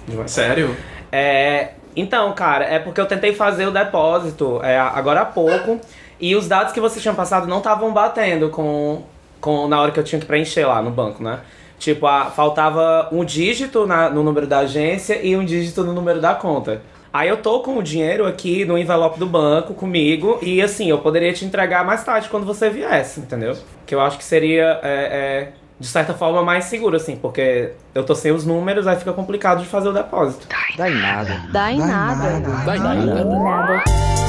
Sério? Então, cara, é porque eu tentei fazer o depósito agora há pouco e os dados que vocês tinham passado não estavam batendo na hora que eu tinha que preencher lá no banco, né? Tipo, faltava um dígito no número da agência e um dígito no número da conta. Aí eu tô com o dinheiro aqui no envelope do banco comigo e assim, eu poderia te entregar mais tarde quando você viesse, entendeu? Que eu acho que seria, de certa forma, mais seguro, assim, porque eu tô sem os números, aí fica complicado de fazer o depósito. Dá em nada. Dá em nada.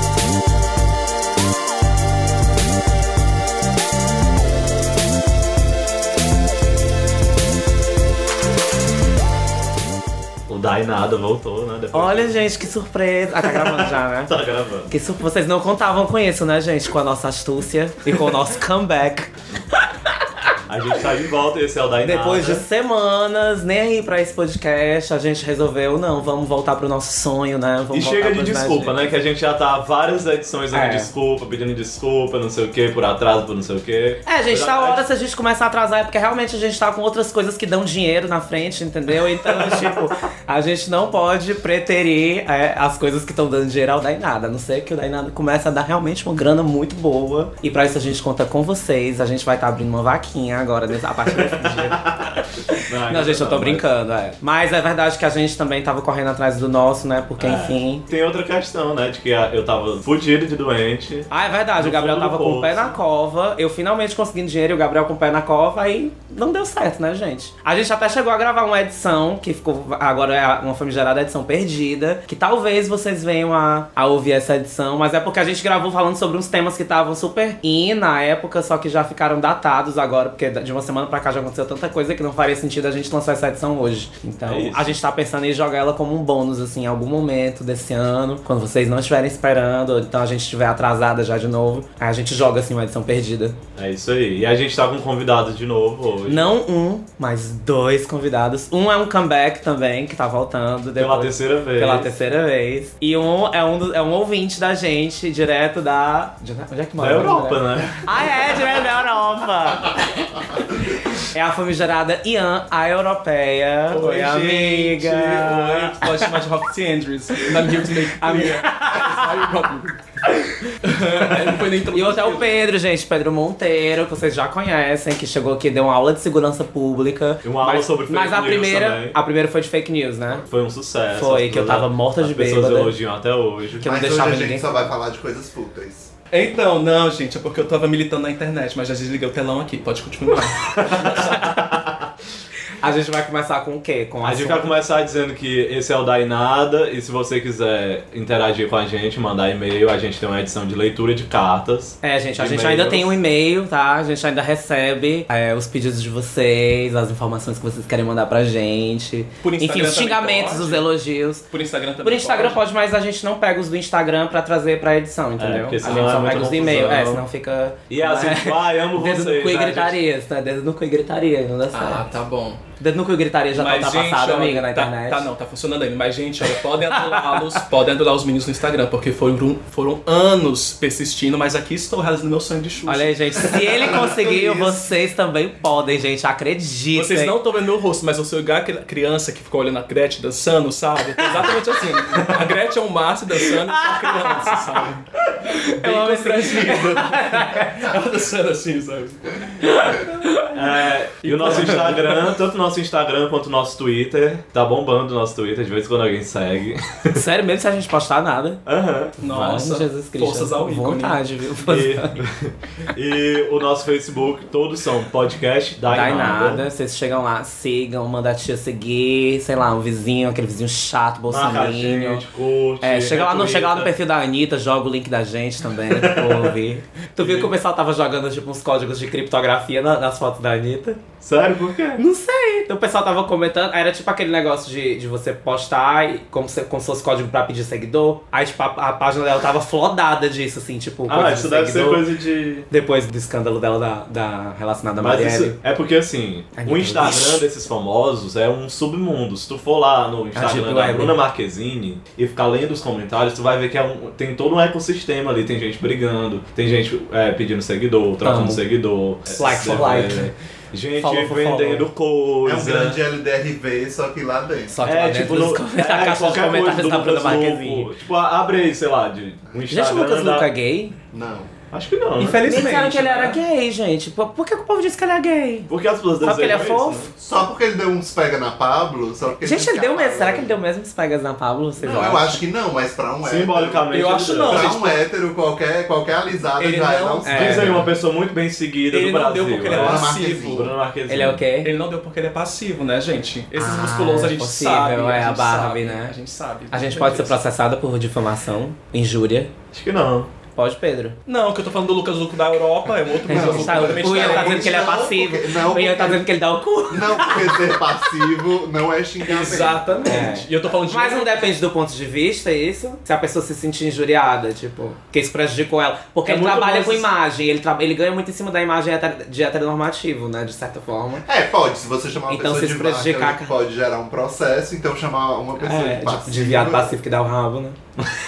O Dá em Nada voltou, né? Olha, gente, que surpresa. Tá gravando já, né? Tá gravando. Vocês não contavam com isso, né, gente? Com a nossa astúcia e com o nosso comeback. A gente tá de volta e esse é o Dá em Depois Nada. de semanas, nem aí pra esse podcast, a gente resolveu, não, vamos voltar pro nosso sonho, né? Vamos E chega de pros desculpa, Magic. né? Que a gente já tá há várias edições dando desculpa, pedindo desculpa, não sei o que, por atraso, por não sei o que. Gente, tá hora se a gente começar a atrasar, é porque realmente a gente tá com outras coisas que dão dinheiro na frente, entendeu? Então, tipo, a gente não pode preterir as coisas que estão dando dinheiro ao Dá em Nada. A não ser que o Dá em Nada comece a dar realmente uma grana muito boa. E pra isso a gente conta com vocês. A gente vai estar abrindo uma vaquinha agora, a partir desse dia. Não, gente, eu tô brincando, Mas é verdade que a gente também tava correndo atrás do nosso, né? Porque, enfim... Tem outra questão, né? De que eu tava fudido de doente. É verdade. O Gabriel tava com o pé na cova. Eu finalmente conseguindo dinheiro e o Gabriel com o pé na cova. Aí não deu certo, né, gente? A gente até chegou a gravar uma edição que ficou... Agora é uma famigerada edição perdida. Que talvez vocês venham a ouvir essa edição. Mas é porque a gente gravou falando sobre uns temas que estavam super na época. Só que já ficaram datados agora. Porque de uma semana pra cá já aconteceu tanta coisa que não faria sentido a gente lançar essa edição hoje. Então, a gente tá pensando em jogar ela como um bônus, assim, em algum momento desse ano, quando vocês não estiverem esperando, ou então a gente estiver atrasada já de novo, aí a gente joga, assim, uma edição perdida. É isso aí. E a gente tá com um convidado de novo hoje. Não um, mas 2 convidados. Um é um comeback também, que tá voltando. Pela terceira vez. Pela terceira vez. E um é um ouvinte da gente, direto da... Onde é que mora? Da Europa, né? Direto da Europa. É a famigerada Ian, a europeia. Oi, amiga. Oi, pode chamar de Roxy Andrews. I'm here to make clear. Não foi nem E outro é o Pedro, gente. Pedro Monteiro, que vocês já conhecem, que chegou aqui e deu uma aula de segurança pública. E uma aula sobre fake news também. A primeira foi de fake news, né? Foi um sucesso. Foi, que eu tava morta de bêbada. As pessoas elogiam até hoje. Que eu não Mas deixava hoje a ninguém. gente só vai falar de coisas fúteis. Então, não, gente, é porque eu tava militando na internet, mas já desliguei o telão aqui, pode continuar. A gente vai começar com o quê? A gente vai começar dizendo que esse é o Dá em Nada, e se você quiser interagir com a gente, mandar e-mail, a gente tem uma edição de leitura de cartas. Gente, a gente ainda tem um e-mail, tá? A gente ainda recebe os pedidos de vocês, as informações que vocês querem mandar pra gente. Por Instagram enfim, os xingamentos, pode? os elogios. Por Instagram também Por Instagram pode, mas a gente não pega os do Instagram pra trazer pra edição, entendeu? porque A gente senão é só muita pega os do e-mail, confusão. senão fica... E é assim, tipo, amo Dedo vocês. no cu e né, gritaria, tá? Dedo no cu e gritaria, não dá certo. Ah, tá bom. Dedo no cu e gritaria já Mas, tá gente, passado, olha, amiga, na internet. Tá funcionando ainda. Mas, gente, olha, podem adular os meninos no Instagram, porque foram anos persistindo, mas aqui estou realizando meu sonho de Xuxa. Olha aí, gente, se ele conseguiu, vocês também podem, gente, acreditem. Vocês não estão vendo meu rosto, mas eu sou igual a criança que ficou olhando a Gretchen dançando, sabe? Exatamente assim. A Gretchen é um Márcio dançando e a criança, sabe? Bem constrangido. Ela dançando assim, sabe? E o nosso Instagram, tanto o nosso Instagram quanto o nosso Twitter, tá bombando o nosso Twitter, de vez em quando alguém segue. Sério mesmo, se a gente postar nada. Nossa, Jesus Cristo. forças ao ícone. Vontade, viu? E o nosso Facebook, todos são podcast Dá em Nada. Vocês chegam lá, sigam, manda a tia seguir, sei lá, um vizinho, aquele vizinho chato, Marca a bolsoninho. gente, curte, Chega lá no retweeta. perfil da Anitta, joga o link da gente também, pra ouvir. Tu viu que o pessoal tava jogando tipo uns códigos de criptografia nas fotos da Anitta? Sério, por quê? Não sei. Então o pessoal tava comentando, era tipo aquele negócio de você postar como se fosse código pra pedir seguidor. Aí tipo a página dela tava flodada disso, assim, tipo, coisa Isso de deve ser seguidor. coisa de... Depois do escândalo dela da relacionada a Mas Marielle. isso é porque assim, o Instagram desses famosos é um submundo. Se tu for lá no Instagram da Bruna Marquezine e ficar lendo os comentários, tu vai ver que tem todo um ecossistema ali. Tem gente brigando, tem gente pedindo seguidor, trocando seguidor. Like for like. Gente Follow for vendendo É coisa. um grande LDRV, só que lá dentro. Só que lá dentro dos a caixa de qualquer comentários coisa da do Bruna Lucas Marquezine. Luco. Tipo, abre aí, sei lá, de um Instagram. Gente, o Lucas da- Luco é gay? Não. Acho que não, né? Me Infelizmente. disseram que ele era né? gay, gente. Por que o povo disse que ele é gay? Porque as pessoas Só porque ele é desejam fofo? isso, né? Só porque ele deu uns pega na Pablo, só porque Gente, ele deu mesmo. Será que ele deu mesmo? mesmo os pegas na Pablo? Vocês Não, eu acham? acho que não, mas pra um hétero... Simbolicamente. Eu ele acho deu. não. Pra gente, um hétero, qualquer alisada Ele já é não- dar uns é. Diz aí uma pessoa muito bem seguida Ele do não Brasil. deu porque ele é Bruna passivo. Marquezine. Bruna Marquezine. Ele é o quê? Ele não deu porque ele é passivo, né, gente? Esses Ah, musculosos a gente possível, sabe. é, a gente Barbie, sabe, né? A gente sabe. A gente pode ser processada por difamação, injúria. Acho que não. Pode, Pedro. Não, que eu tô falando do Lucas Luco da Europa, é um outro Lucas Luco completamente O Ian tá diferente. dizendo que ele é Não, passivo. porque- não, O Ian tá porque- dizendo que ele dá o cu. Não, porque ser passivo não é xingamento. Exatamente. É. E eu tô falando de... Mas não depende do ponto de vista, é isso? Se a pessoa se sentir injuriada, tipo, que isso prejudicou ela. Porque É ele muito trabalha mais- com imagem, ele ganha muito em cima da imagem de heteronormativo, né, de certa forma. É, pode. Se você chamar uma Então, pessoa se de prejudicar- vaca, pode gerar um processo. Então, chamar uma pessoa É, de passivo... de viado passivo que dá o rabo, né?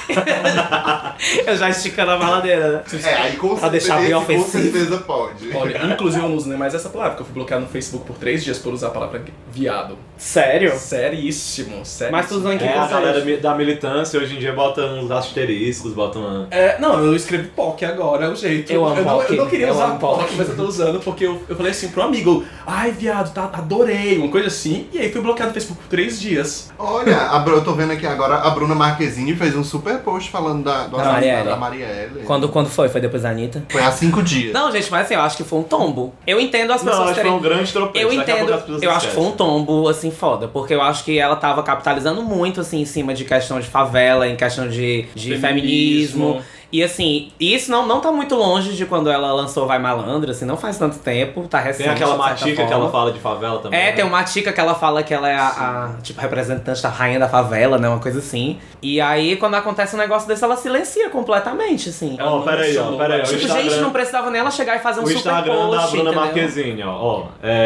Eu já esticando a maladeira, né? É, aí com Pra deixar bem certeza, com ofensivo. certeza pode. Olha, inclusive eu não uso nem mais essa palavra, porque eu fui bloqueado no Facebook por 3 dias por usar a palavra viado. Sério? Seríssimo, sério. Mas tu usou em que É, a contexto? galera da militância hoje em dia bota uns asteriscos, bota uma... Não, eu escrevi POC agora, é o jeito. Eu amo eu POC, não queria eu usar amo POC, POC. mas eu tô usando porque eu falei assim pro amigo, ai viado, tá, adorei, uma coisa assim. E aí fui bloqueado no Facebook por 3 dias. Olha, eu tô vendo aqui agora, a Bruna Marquezine fez um super post falando do Da Marielle. da Marielle. Quando foi? Foi depois da Anitta? Foi há 5 dias. Não, gente, mas assim, eu acho que foi um tombo. Eu entendo as Não, pessoas acho que foi terem... um grande tropeço. Eu Daqui a pouco entendo, as pessoas eu acho que foi um esquecem. tombo, assim, foda. Porque eu acho que ela tava capitalizando muito, assim, em cima de questão de favela, em questão de feminismo. E assim, isso não tá muito longe de quando ela lançou Vai Malandra, assim, não faz tanto tempo, tá recente. Tem aquela de certa matica que forma. ela fala de favela também. É, né? tem uma Matica que ela fala que ela é a tipo, representante da rainha da favela, né? Uma coisa assim. E aí, quando acontece um negócio desse, ela silencia completamente, assim. Ela Ó, não peraí, ó, mencionou, peraí. mas- O Tipo, Instagram- gente, não precisava nem ela chegar e fazer um O super Instagram post, da Bruna entendeu? Marquezine, ó.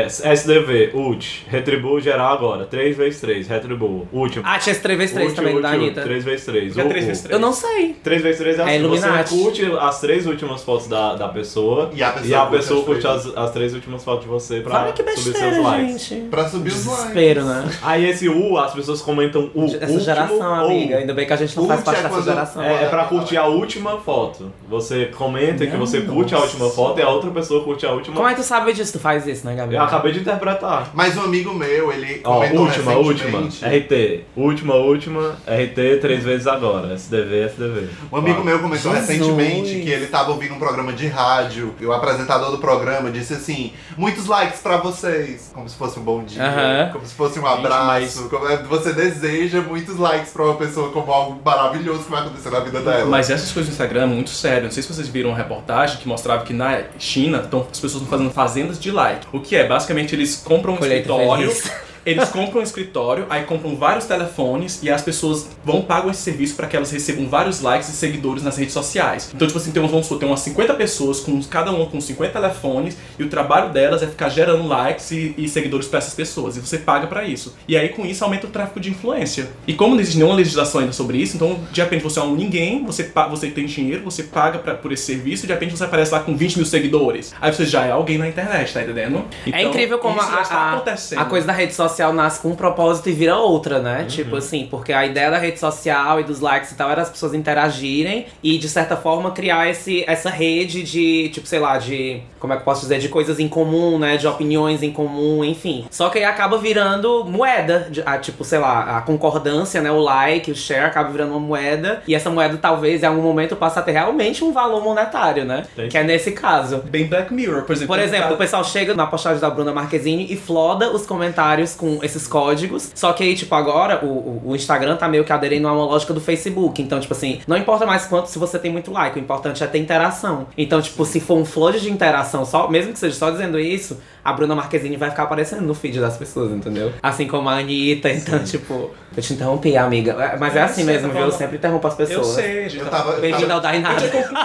SDV, ult, retribua geral agora. 3x3, retribua. Último. Ah, tinha esse 3x3 também da Anitta. 3x3. O que é 3x3? Eu não sei. 3x3 é assim, Illuminati. você curte as 3 últimas fotos da pessoa E a pessoa curte curte as 3 últimas fotos de você pra Olha que subir besteira, seus likes. gente. Pra subir os likes. Desespero, né? Aí esse as pessoas comentam o Essa último geração, ou amiga. Ainda bem que a gente não faz Ult parte é dessa quando- geração. É pra curtir a última foto. Você comenta que você curte a última foto e a outra pessoa curte a última. Como é que tu sabe disso? Tu faz isso, né, Gabi? Eu acabei de interpretar. Mas um amigo meu, ele Ó, comentou última, recentemente... RT. Última, RT 3 vezes agora. SDV. Um amigo meu comentou Jesus. recentemente que ele tava ouvindo um programa de rádio e o apresentador do programa disse assim: muitos likes pra vocês. Como se fosse um bom dia, Aham. como se fosse um Gente, abraço. Você deseja muitos likes pra uma pessoa como algo maravilhoso que vai acontecer na vida dela. Mas essas coisas no Instagram é muito sério. Não sei se vocês viram uma reportagem que mostrava que na China as pessoas estão fazendo fazendas de like. O que é? Basicamente eles compram um Colheita escritório. feliz. Eles compram um escritório, aí compram vários telefones e as pessoas pagam esse serviço para que elas recebam vários likes e seguidores nas redes sociais. Então, tipo assim, tem umas 50 pessoas, cada uma com 50 telefones, e o trabalho delas é ficar gerando likes e seguidores para essas pessoas. E você paga para isso. E aí, com isso, aumenta o tráfico de influência. E como não existe nenhuma legislação ainda sobre isso, então, de repente, você é um ninguém, você tem dinheiro, você paga por esse serviço, e de repente você aparece lá com 20 mil seguidores. Aí você já é alguém na internet, tá entendendo? É Então, incrível como isso já está acontecendo. a coisa da rede social nasce com um propósito e vira outra, né? Tipo assim, porque a ideia da rede social e dos likes e tal era as pessoas interagirem e, de certa forma, criar essa rede de, tipo, sei lá, de... Como é que eu posso dizer? De coisas em comum, né? De opiniões em comum, enfim. Só que aí acaba virando moeda. Tipo, sei lá, a concordância, né? O like, o share acaba virando uma moeda. E essa moeda, talvez, em algum momento, passe a ter realmente um valor monetário, né? Entendi. Que é nesse caso. Bem Black Mirror, por exemplo. Por exemplo, o pessoal chega na postagem da Bruna Marquezine e floda os comentários com esses códigos. Só que aí, tipo, agora o Instagram tá meio que aderindo a uma lógica do Facebook. Então, tipo assim, não importa mais quanto se você tem muito like, o importante é ter interação. Então, tipo, se for um flood de interação só, mesmo que seja só dizendo isso, a Bruna Marquezine vai ficar aparecendo no feed das pessoas, entendeu? Assim como a Anitta, então, tipo... Eu te interrompi, amiga. Mas é assim mesmo, viu? Eu sempre interrompo as Eu pessoas. sei, a gente Eu tá- tava- Beijo da Dainara.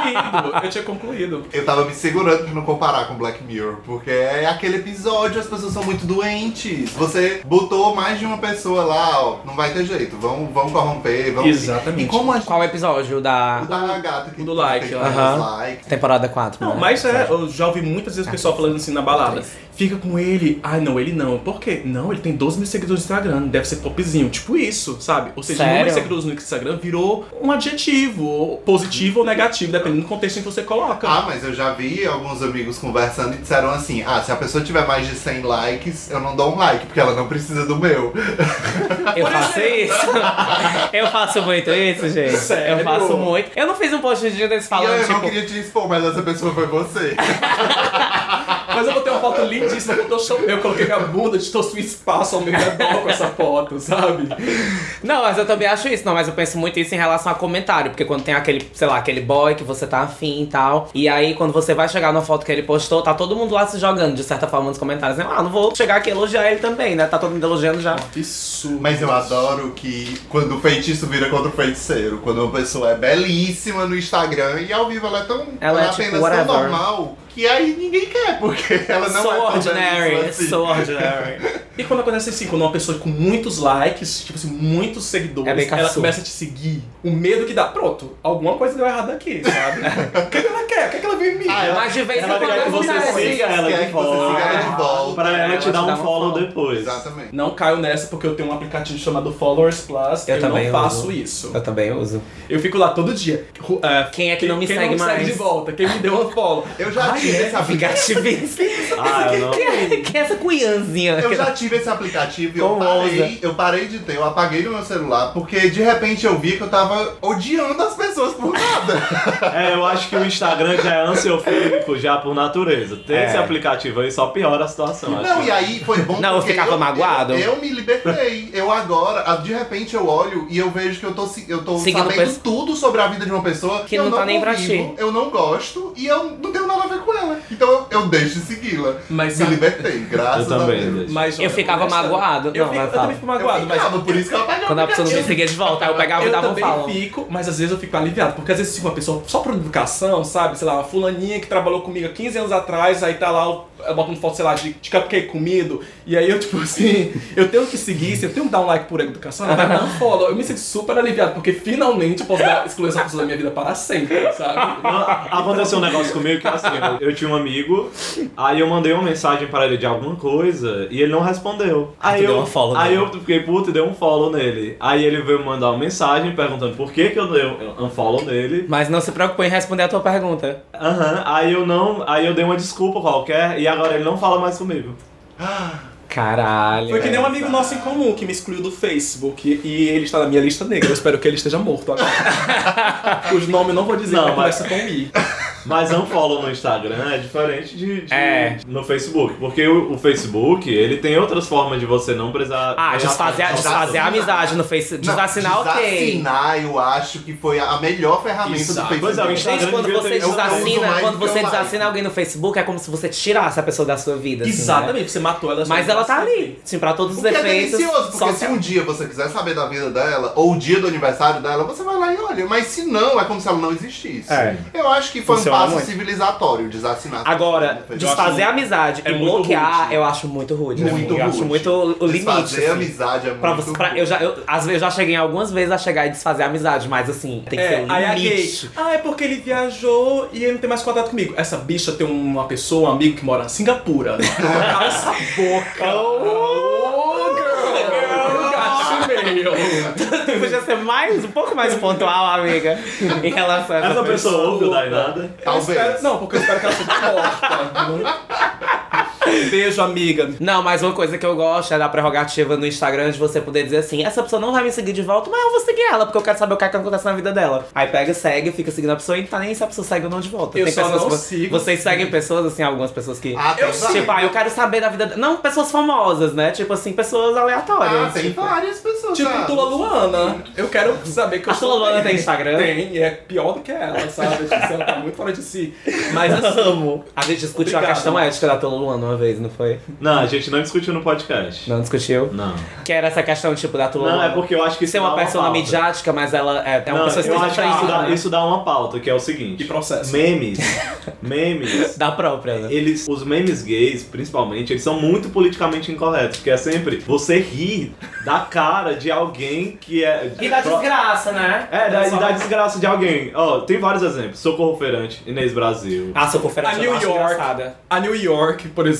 Eu tinha concluído. Eu tava me segurando pra não comparar com Black Mirror, porque é aquele episódio, as pessoas são muito doentes. Você botou mais de uma pessoa lá, ó, não vai ter jeito, vão corromper, vão... Exatamente. E como a gente... Qual episódio da O da gata que O do like, tem aham. vários likes. temporada 4? Não, né? mas eu já ouvi muitas vezes o pessoal falando assim na balada. fica com ele. Ai, não, ele não. Por quê? Não, ele tem 12 mil seguidores no Instagram, deve ser topzinho. Tipo isso, sabe? Ou seja, o número de seguidores no Instagram virou um adjetivo, positivo ou negativo, dependendo do contexto em que você coloca. Ah, mas eu já vi alguns amigos conversando e disseram assim, se a pessoa tiver mais de 100 likes, eu não dou um like, porque ela não precisa do meu. Eu faço isso? Eu faço muito isso, gente. Sério? Eu faço muito. Eu não fiz um post de dia desse E falando, eu tipo... não queria te expor, mas essa pessoa foi você. Mas eu botei uma foto lindíssima que eu coloquei minha bunda de todo o espaço ao meu redor com essa foto, sabe? Não, mas eu também acho isso. Não, mas eu penso muito isso em relação a comentário. Porque quando tem aquele, sei lá, aquele boy que você tá afim e tal. E aí, quando você vai chegar na foto que ele postou, tá todo mundo lá se jogando, de certa forma, nos comentários. Né? Não vou chegar aqui e elogiar ele também, né? Tá todo mundo elogiando já. Absurdo. Mas eu adoro que quando o feitiço vira contra o feiticeiro. Quando uma pessoa é belíssima no Instagram e ao vivo ela é tão... Ela é apenas tipo, whatever. tão normal que aí ninguém quer, porque ela não So é tão ordinary, belíssima assim. so ordinary. E quando acontece assim, quando uma pessoa com muitos likes, tipo assim, muitos seguidores, É bem ela caçudo. começa a te seguir, o medo que dá, pronto, alguma coisa deu errado aqui, sabe? O que ela quer? O que ela veio em mim? Mas de vez em Ela quando quer que você acontece. siga ela Quer de que você siga ela de volta. volta. Pra ela te dar um follow follow. depois. Exatamente. Não caio nessa porque eu tenho um aplicativo chamado Followers Plus, que eu também não faço uso. isso. Eu também uso. Eu fico lá todo dia. Quem é que não me quem segue não me mais? segue de volta? Quem me deu um follow? Eu já tive esse aplicativo. Figativista. Ah, eu não. Quem é essa cunhãzinha? Eu já tive esse aplicativo e Como eu parei de ter, eu apaguei no meu celular, porque de repente eu vi que eu tava odiando as pessoas por nada. Eu acho que o Instagram já é ansiofílico já por natureza. Ter esse aplicativo aí só piora a situação. acho Não, que- e aí foi bom Não, eu porque ficava magoado. Eu me libertei. Eu agora, de repente eu olho e eu vejo que eu tô Seguindo sabendo pessoa- tudo sobre a vida de uma pessoa Que eu não tá nem pra convivo, ti. eu não gosto e eu não tenho nada a ver com ela. Então eu deixo de segui-la. Mas Me sabe- libertei, graças Eu também, a Deus. deixa. Mas, Eu ficava magoado. Eu, Não, fico, vai, eu fala. também fico magoado, mas... Por isso que eu apaguei o Quando a pessoa não me aplicativo. seguia de volta, aí eu pegava e Eu dava um também follow. fico, mas às vezes eu fico aliviado, porque às vezes fica uma pessoa só por educação, sabe? Sei lá, uma fulaninha que trabalhou comigo há 15 anos atrás, aí tá lá, ela bota uma foto, sei lá, de cupcake comido, e aí eu, tipo assim, eu tenho que seguir, se eu tenho que dar um like por educação, ela vai dar um follow. Eu me sinto super aliviado, porque finalmente eu posso excluir essa pessoa da minha vida para sempre, sabe? Aconteceu um negócio comigo que assim, eu tinha um amigo, aí eu mandei uma mensagem para ele de alguma coisa e ele não respondeu. Aí tu eu, deu um follow aí nele. eu fiquei puto e dei um follow nele. Aí ele veio me mandar uma mensagem perguntando por que eu dei um follow nele. Mas não se preocupe em responder a tua pergunta. Aí eu dei uma desculpa qualquer e agora ele não fala mais comigo. Caralho. Foi que nem um velho. amigo nosso em comum que me excluiu do Facebook e ele está na minha lista negra. Eu espero que ele esteja morto agora. Cujo nome eu não vou dizer, Não, mas mas- começa com I. Mas unfollow no Instagram é diferente de É. no Facebook. Porque o Facebook, ele tem outras formas de você não precisar... Desfazer a amizade no Facebook. Desassinar, ok. Desassinar, eu acho que foi a melhor ferramenta Exato. do Facebook. Pois é, o Instagram Gente, quando devia você ter- eu uso desassina, mais quando do que você o like. desassina alguém no Facebook, é como se você tirasse a pessoa da sua vida. assim, né? Exatamente, você matou ela. Mas ela tá ali, assim, pra todos os O que é efeitos. delicioso, porque só se um dia você quiser saber da vida dela, ou o dia do aniversário dela, você vai lá e olha. Mas se não, é como se ela não existisse. É. Eu acho que foi Funciona um passo muito. civilizatório, desassinar. Agora, Eu desfazer a amizade é e muito bloquear, rude. eu acho muito rude. né? Muito Eu acho rude. muito o limite. Desfazer a assim. amizade é muito Pra você, às vezes eu já cheguei algumas vezes a chegar e desfazer a amizade, mas assim, tem que ter um aí a limite. gay. É porque ele viajou e ele não tem mais contato comigo. Essa bicha tem uma pessoa, um amigo que mora em Singapura. Cala essa boca. Oh, girl. Gato meio. Tu podia ser um pouco mais pontual, amiga, em relação a Essa pessoa ouve o Dainada? Talvez. Não, porque eu espero que ela seja morta. Beijo, amiga. Não, mas uma coisa que eu gosto é da prerrogativa no Instagram de você poder dizer assim: essa pessoa não vai me seguir de volta, mas eu vou seguir ela, porque eu quero saber o que acontece na vida dela. Aí pega, segue, fica seguindo a pessoa e não tá nem se a pessoa segue ou não de volta. Eu só pessoas não que sigo. Vocês seguem pessoas, assim, algumas pessoas que. Tem Eu várias. Tipo, eu quero saber da vida dela. Não, pessoas famosas, né? Tipo assim, pessoas aleatórias. Tem tipo. várias pessoas. Tipo, sabe? Tula Luana. Eu quero saber que eu A Tula Luana tem Instagram? Tem, e é pior do que ela, sabe? Tipo, ela tá muito fora de si. Mas assim, Amo. A gente discutiu Obrigado. a questão ética da Tula Luana uma vez, não foi? Não, a gente não discutiu no podcast. Não discutiu? Não. Que era essa questão, tipo, da Tula Não, Luana. é porque eu acho que isso ser uma dá persona pauta. midiática, mas ela é uma Não, pessoa eu acho que esquizofrênica, né? isso dá uma pauta, que é o seguinte. e processo. Memes, Da própria, né? os memes gays, principalmente, eles são muito politicamente incorretos, porque é sempre você rir da cara de alguém que é... E da desgraça, né? E da desgraça de alguém. Ó, tem vários exemplos. Socorro Feirante, Inês Brasil. A Socorro A Feirante New eu acho York. engraçada. A New York, por exemplo.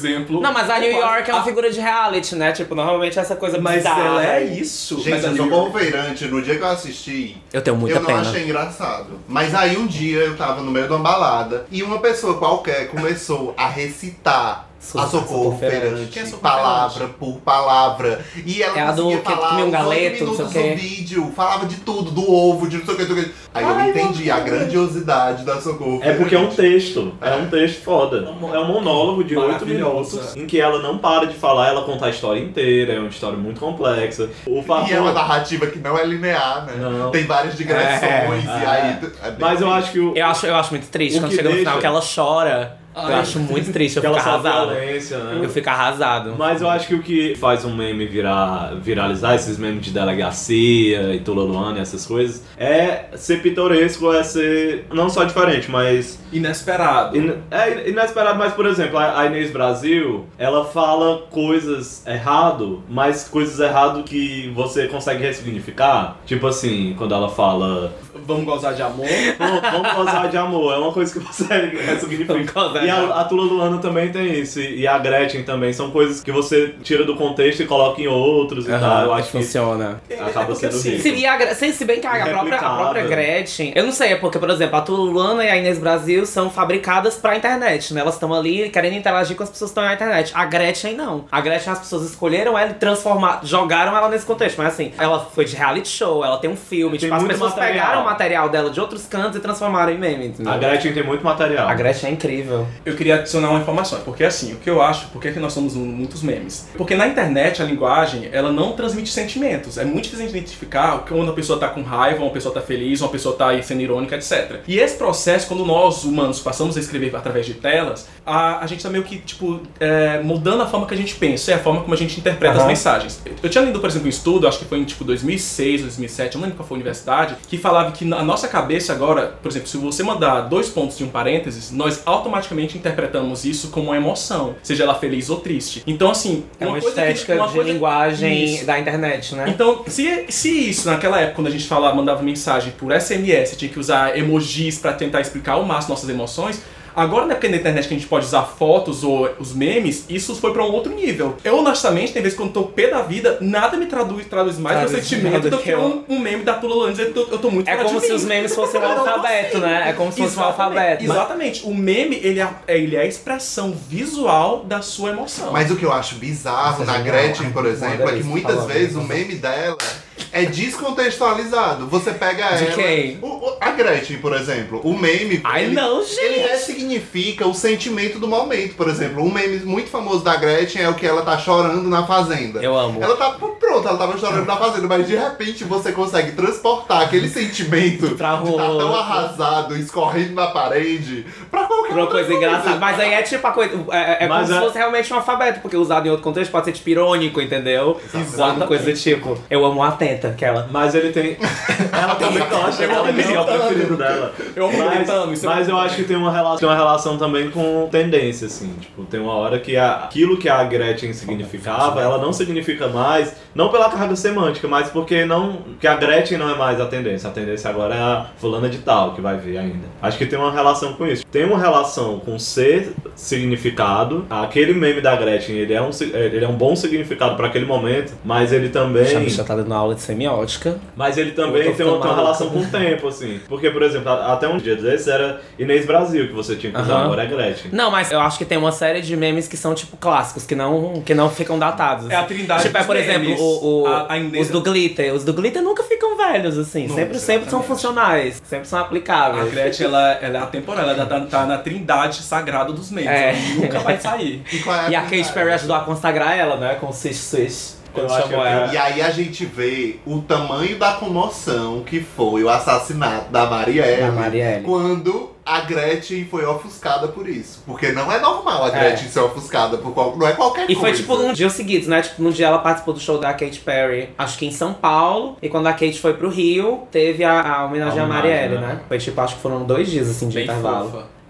exemplo. Não, mas a New York é uma figura de reality, né? Tipo, normalmente essa coisa Mas bizarra. ela é isso. Gente, mas a eu New sou York... conferante. No dia que eu assisti, Eu tenho muita eu não pena. achei engraçado. Mas aí um dia eu tava no meio de uma balada e uma pessoa qualquer começou a recitar a Socorro Feirante, Quem é Socorro palavra por palavra. E ela É a do conseguia que falar comia um uns 8 galeto, não sei o minutos quê. do vídeo, falava de tudo, do ovo, de não sei o que. Aí eu entendi a grandiosidade da Socorro É porque é um Feirante. texto, é um texto foda. É um monólogo de 8 Maravilhosa. minutos em que ela não para de falar, ela conta a história inteira, é uma história muito complexa. O fator... E é uma narrativa que não é linear, né? Não. Tem várias digressões e aí... é bem Mas eu acho que o... Eu acho muito triste O quando que chega no final deixa- que ela chora. Eu Ai. acho muito triste, eu que fico ela sofre arrasado. violência, né? Eu fico arrasado. Mas eu acho que o que faz um meme viralizar, esses memes de delegacia e Tula Luana e essas coisas, é ser pitoresco, é ser não só diferente, mas... Inesperado. É inesperado, mas por exemplo, a Inês Brasil, ela fala coisas errado, mas coisas errado que você consegue ressignificar. Tipo assim, quando ela fala... Vamos gozar de amor. Vamos gozar de amor, é uma coisa que você ressignifica. Vamos gozar E de amor. a Tula Luana também tem isso, e a Gretchen também, são coisas que você tira do contexto e coloca em outros e tal. Eu acho que funciona. acaba porque sendo assim, rico. Se bem que a própria Irreplicável. Gretchen, eu não sei, é porque, por exemplo, a Tula Luana e a Inês Brasil são fabricadas pra internet, né? Elas estão ali querendo interagir com as pessoas que estão na internet. A Gretchen não. A Gretchen, as pessoas escolheram ela e jogaram ela nesse contexto. Mas assim, ela foi de reality show, ela tem um filme, Tem tipo, as muito pessoas material. pegaram o material dela de outros cantos e transformaram em meme, entendeu? A Gretchen tem muito material. A Gretchen é incrível. Eu queria adicionar uma informação, porque assim, o que eu acho, por que nós somos muitos memes? Porque na internet a linguagem, ela não transmite sentimentos. É muito difícil identificar quando uma pessoa tá com raiva, uma pessoa tá feliz, uma pessoa tá aí sendo irônica, etc. E esse processo, quando nós, humanos, passamos a escrever através de telas, a gente tá meio que, tipo, mudando a forma que a gente pensa, é a forma como a gente interpreta as mensagens. Eu tinha lido, por exemplo, um estudo, acho que foi em, tipo, 2006, 2007, eu não lembro qual foi a universidade, que falava que na nossa cabeça agora, por exemplo, se você mandar 2 pontos de um parênteses, nós automaticamente interpretamos isso como uma emoção, seja ela feliz ou triste. Então, assim... É uma estética de linguagem Isso. da internet, né? Então, se isso naquela época, quando a gente mandava mensagem por SMS, tinha que usar emojis pra tentar explicar ao máximo nossas emoções, agora na época da internet que a gente pode usar fotos ou os memes, isso foi pra um outro nível. Eu, honestamente, tem vezes quando eu tô pé da vida, nada me traduz mais meu sentimento do que um meme da Tula Luana dizendo que eu tô muito É fora como de se mim. os memes fossem um Eu não alfabeto, consigo. né? É como se fosse um alfabeto. Exatamente. O meme, ele é a expressão visual da sua emoção. Mas o que eu acho bizarro Nossa, na genial. Gretchen, por exemplo, é que isso, muitas falando. vezes o meme dela é descontextualizado. Você pega De ela... quem? A Gretchen, por exemplo, o meme... Ai, ele, não, gente. Ele ressignifica o sentimento do momento. Por exemplo, um meme muito famoso da Gretchen é o que ela tá chorando na fazenda. Eu amo. Ela tá pronta, ela tava chorando na fazenda, mas de repente você consegue transportar aquele sentimento Pra de estar tão rua. arrasado, escorrendo na parede, pra qualquer Uma outra coisa engraçada. Mas aí é tipo a coisa. É como Mas se é- fosse realmente um alfabeto, porque usado em outro contexto pode ser tipo irônico, entendeu? Alguma coisa do tipo. Eu amo a atenta, aquela. Mas ele tem... Ela também gosta, ela é o preferido dela. Eu amo gritando, isso é Mas eu acho que tem uma relação também com tendência, assim. Tipo, tem uma hora que aquilo que a Gretchen significava, ela não significa mais, não pela carga semântica, mas porque que a Gretchen não é mais a tendência. A tendência agora é a fulana de tal, que vai ver ainda. Acho que tem uma relação com isso. Tem uma relação com ser significado. Aquele meme da Gretchen, ele é um bom significado para aquele momento, mas ele também... A bicha tá dando aula de semiótica. Mas ele também Eu tô tem uma ficando relação maluco. com o tempo, assim. Porque, por exemplo, até um dia desses era Inês Brasil que você tinha que usar, Aham. agora é Gretchen. Não, mas eu acho que tem uma série de memes que são tipo clássicos, que não ficam datados. É a trindade Tipo, dos por exemplo, memes. A Inês- os do Glitter. Os do Glitter nunca ficam velhos, assim. Nunca, Sempre são exatamente. funcionais. Sempre são A aplicáveis. Gretchen, ela é atemporal, ela tá na trindade sagrada dos memes. É. Ela nunca vai sair. E qual é E a trindade? Katy Perry ajudou a consagrar ela, né? Com o Swish Swish. Quando Eu acho chamou que é ela. E aí a gente vê o tamanho da comoção que foi o assassinato da Marielle, Da Marielle. quando a Gretchen foi ofuscada por isso. Porque não é normal a Gretchen ser ofuscada por não é qualquer E coisa. foi tipo num dia seguido, né? Tipo, num dia ela participou do show da Katy Perry, acho que em São Paulo. E quando a Katy foi pro Rio, teve a homenagem A à Marielle, homenagem, né? né? Foi tipo, acho que foram 2 dias assim de Bem intervalo. fofa.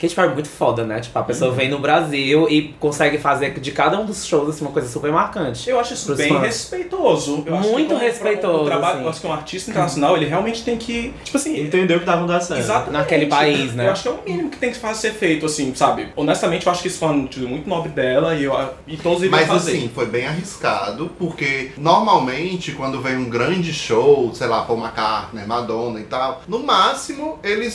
Katy Perry é muito foda, né? Tipo, a pessoa vem no Brasil e consegue fazer de cada um dos shows assim, uma coisa super marcante. Eu acho isso Pros bem fãs. respeitoso. Eu acho que Muito como respeitoso, o trabalho, assim. eu acho que um artista internacional, ele realmente tem que, tipo assim, Entendeu o que tá acontecendo. exatamente. Naquele país, né? Eu acho que é o mínimo que tem que ser feito, assim, sabe? Honestamente, eu acho que isso foi uma atitude muito nobre dela e todos deveriam Mas fazer. assim, foi bem arriscado, porque normalmente quando vem um grande show, sei lá, Paul McCartney, Madonna e tal, no máximo eles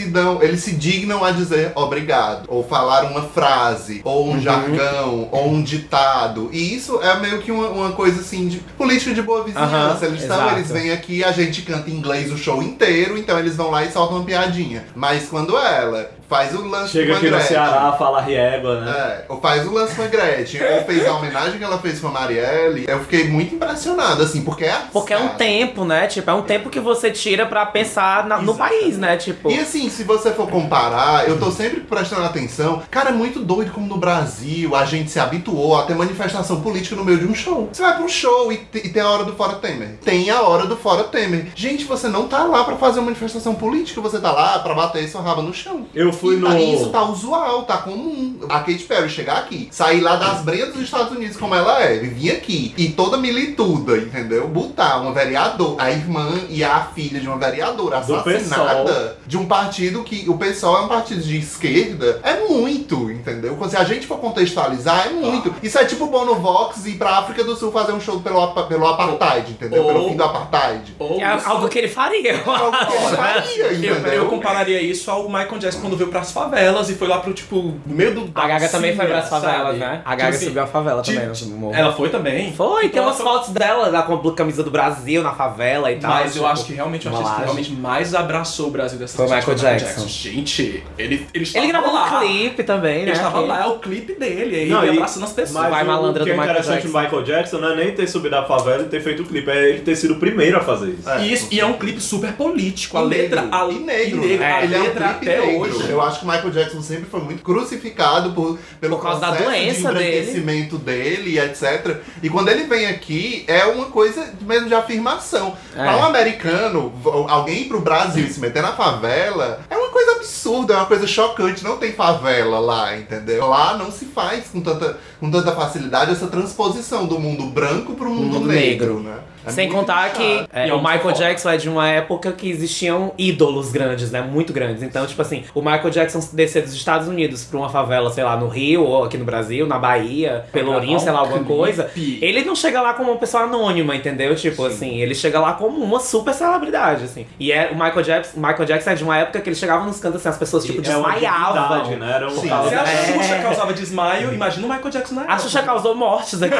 se dignam a dizer obrigado, ou falar uma frase, ou um jargão, ou um ditado. E isso é meio que uma coisa assim de política de boa vizinhança. exato. Eles vêm aqui, a gente canta em inglês o show inteiro, então eles vão lá e soltam uma piadinha. Mas quando ela faz o lance Chega com a aqui no Gretchen, Ceará, fala riégua, né? ou faz o lance com a Gretchen, ou fez a homenagem que ela fez com a Marielle, eu fiquei muito impressionado, assim, porque é arriscado. Porque é um tempo, né? Tipo, é um tempo que você tira pra pensar no país, né? Tipo. E assim, se você for comparar, eu tô sempre prestando atenção, cara, é muito doido como no Brasil a gente se habituou a ter manifestação política no meio de um show. Você vai pra um show e tem a hora do Fora Temer. Tem a hora do Fora Temer. Gente, você não tá lá pra fazer uma manifestação política, você tá lá pra bater sua raba no chão. Eu fui E isso tá usual, tá comum. A Katy Perry chegar aqui, sair lá das breiras dos Estados Unidos como ela é, vir aqui, e toda milituda, entendeu? Botar uma vereadora, a irmã e a filha de uma vereadora Do assassinada de um partido que o PSOL é um partido de esquerda, é muito, entendeu? Se a gente for contextualizar, é muito. Isso é tipo Bono Vox ir pra África do Sul fazer um show pelo apartheid, entendeu? Pelo fim do apartheid. Ou É isso- algo que ele faria. É algo que ele faria, entendeu? eu compararia isso ao Michael Jackson quando veio pras favelas e foi lá pro, tipo, no meio do... A Gaga também foi pras sabe? favelas, né? A Gaga Tipo assim, subiu a favela tipo, também no morro. Ela foi também? Foi, tem Então umas ela foi- fotos dela lá com a camisa do Brasil na favela e tal. Mas eu tipo, acho que realmente o uma artista que laje. realmente mais abraçou o Brasil dessa Foi o vez Michael Jackson. Gente, ele estava Ele gravou lá. um clipe também, né? Ele estava que- lá, é o clipe dele, aí Não, ele e- abraçando as pessoas. Mas Vai o malandra que é do Michael interessante Jackson. do Michael Jackson não é nem ter subido a favela e ter feito o clipe, é ele ter sido o primeiro a fazer isso. E é um clipe super político. A E letra. negro. E negro. A Ele é um letra clipe até negro. hoje. Eu acho que o Michael Jackson sempre foi muito crucificado pelo Por causa da processo doença de embranquecimento dele e etc. E quando ele vem aqui, é uma coisa mesmo de afirmação. Pra um americano, alguém ir pro Brasil e se meter na favela, é uma coisa absurda, é uma coisa chocante. Não tem favela lá, entendeu? Lá não se faz com tanta facilidade essa transposição do mundo branco pro mundo negro, né? É Sem muito contar chato. que E é o muito Michael foda. Jackson é de uma época que existiam ídolos grandes, né? Muito grandes. Então, tipo assim, o Michael Jackson descer dos Estados Unidos pra uma favela, sei lá, no Rio ou aqui no Brasil, na Bahia, Pelourinho, sei lá, alguma clipe. coisa. Ele não chega lá como uma pessoa anônima, entendeu? Tipo assim, ele chega lá como uma super celebridade, assim. E o Michael Jackson é de uma época que ele chegava nos cantos assim, as pessoas tipo É uma desmaiavam. divindade, né? Era um Sim. causa- Se a É. Xuxa causava desmaio, imagina o Michael Jackson na A Xuxa causou mortes aqui.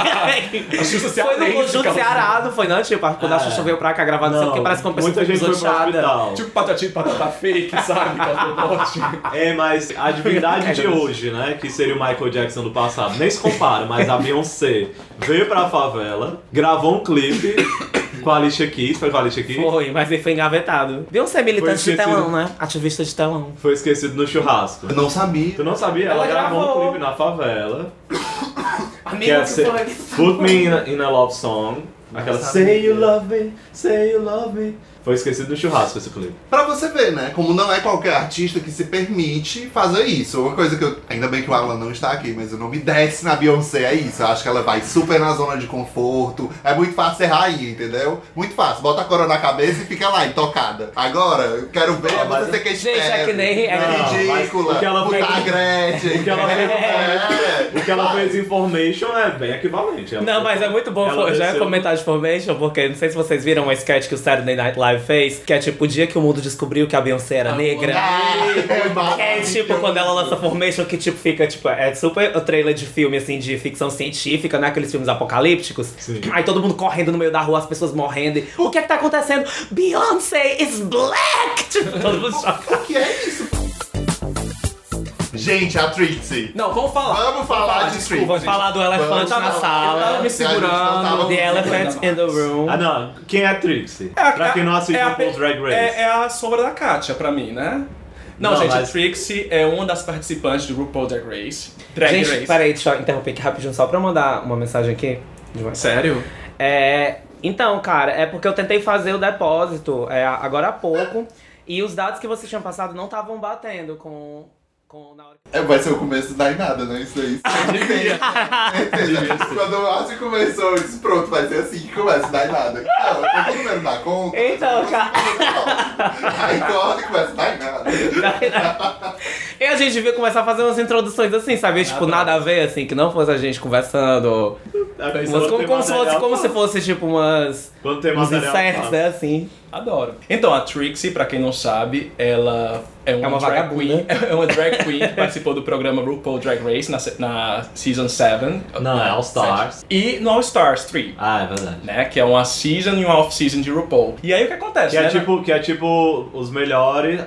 A Xuxa Foi no Conjunto causou. Ceará, não foi não? Tipo, quando a Xuxa veio pra cá gravar, não sei porque parece que uma pessoa muita gente foi pro pisoteada. hospital. Tipo Patati Patata fake, sabe? Causou morte. É, mas a divindade de hoje, né, que seria o Michael Jackson do passado, nem se compara, mas a Beyoncé veio pra favela, gravou um clipe com a Alicia Keys, foi com a Alicia Keys? Foi, mas ele foi engavetado. Beyoncé é militante Foi de esquecido. telão, né? Ativista de telão. Foi esquecido no churrasco. Eu não sabia. Tu não sabia? Ela Ela gravou gravou. um clipe na favela, que Amigo, é Put Me in a Love Song, aquela Say You Love Me, Say You Love Me. Foi esquecido no churrasco esse clipe. Pra você ver, né? Como não é qualquer artista que se permite fazer isso. Uma coisa que eu. Ainda bem que o Alan não está aqui, mas eu não me desce na Beyoncé, é isso. Eu acho que ela vai super na zona de conforto. É muito fácil ser rainha, entendeu? Muito fácil. Bota a coroa na cabeça e fica lá, intocada. Agora, eu quero ver Não, mas- você ser que Gente, é que nem- É Não, ridícula. mas o que ela Puta fez- a Gretchen. O que ela fez, É. o que ela fez em Formation é bem equivalente. Ela- Não, mas é muito bom, ela já é desceu- comentar de Formation, porque não sei se vocês viram uma sketch que o Saturday Night Live fez, que é tipo o dia que o mundo descobriu que a Beyoncé era negra. É tipo quando ela lança Formation, que tipo fica, tipo, é super o trailer de filme assim, de ficção científica, né? Aqueles filmes apocalípticos. Sim. Aí todo mundo correndo no meio da rua, as pessoas morrendo. E, o que é que tá acontecendo? Beyoncé is black! Tipo, todo mundo chocado. O que é isso? Gente, a Trixie. Não, vamos falar. Vamos falar de Trixie. Vamos falar do elefante na Eu sala. tava me segurando. The elephant in the room. Ah, não. Quem é a Trixie? É a- Pra quem não assiste é a- o Paul's Drag Race. É a sombra da Katia pra mim, né? Não, Não, gente, mas- a Trixie é uma das participantes do RuPaul Drag Race. Drag Gente, Race. peraí, deixa eu interromper aqui rapidinho só pra mandar uma mensagem aqui. Sério? Então, cara, é porque eu tentei fazer o depósito agora há pouco e os dados que vocês tinham passado não estavam batendo com Na hora Vai ser o começo da nada, né? Isso aí. Quando o Márcio começou, eu disse, pronto, vai ser assim que começa, dá nada. Não, eu tô número na conta. Então, cara. Aí corta e começa, dá nada. E a gente devia começar a fazer umas introduções assim, sabe? Tipo, nada a ver, assim, que não fosse a gente conversando. Como se fosse, tipo, uns inserts, né, assim. Adoro. Então, a Trixie, pra quem não sabe, ela é uma drag queen. É uma drag queen que participou do programa RuPaul Drag Race na Season 7. Não, é All Stars. E no All Stars 3. Ah, é verdade. Né? Que é uma season e uma off-season de RuPaul. E aí o que acontece, Que é tipo as melhores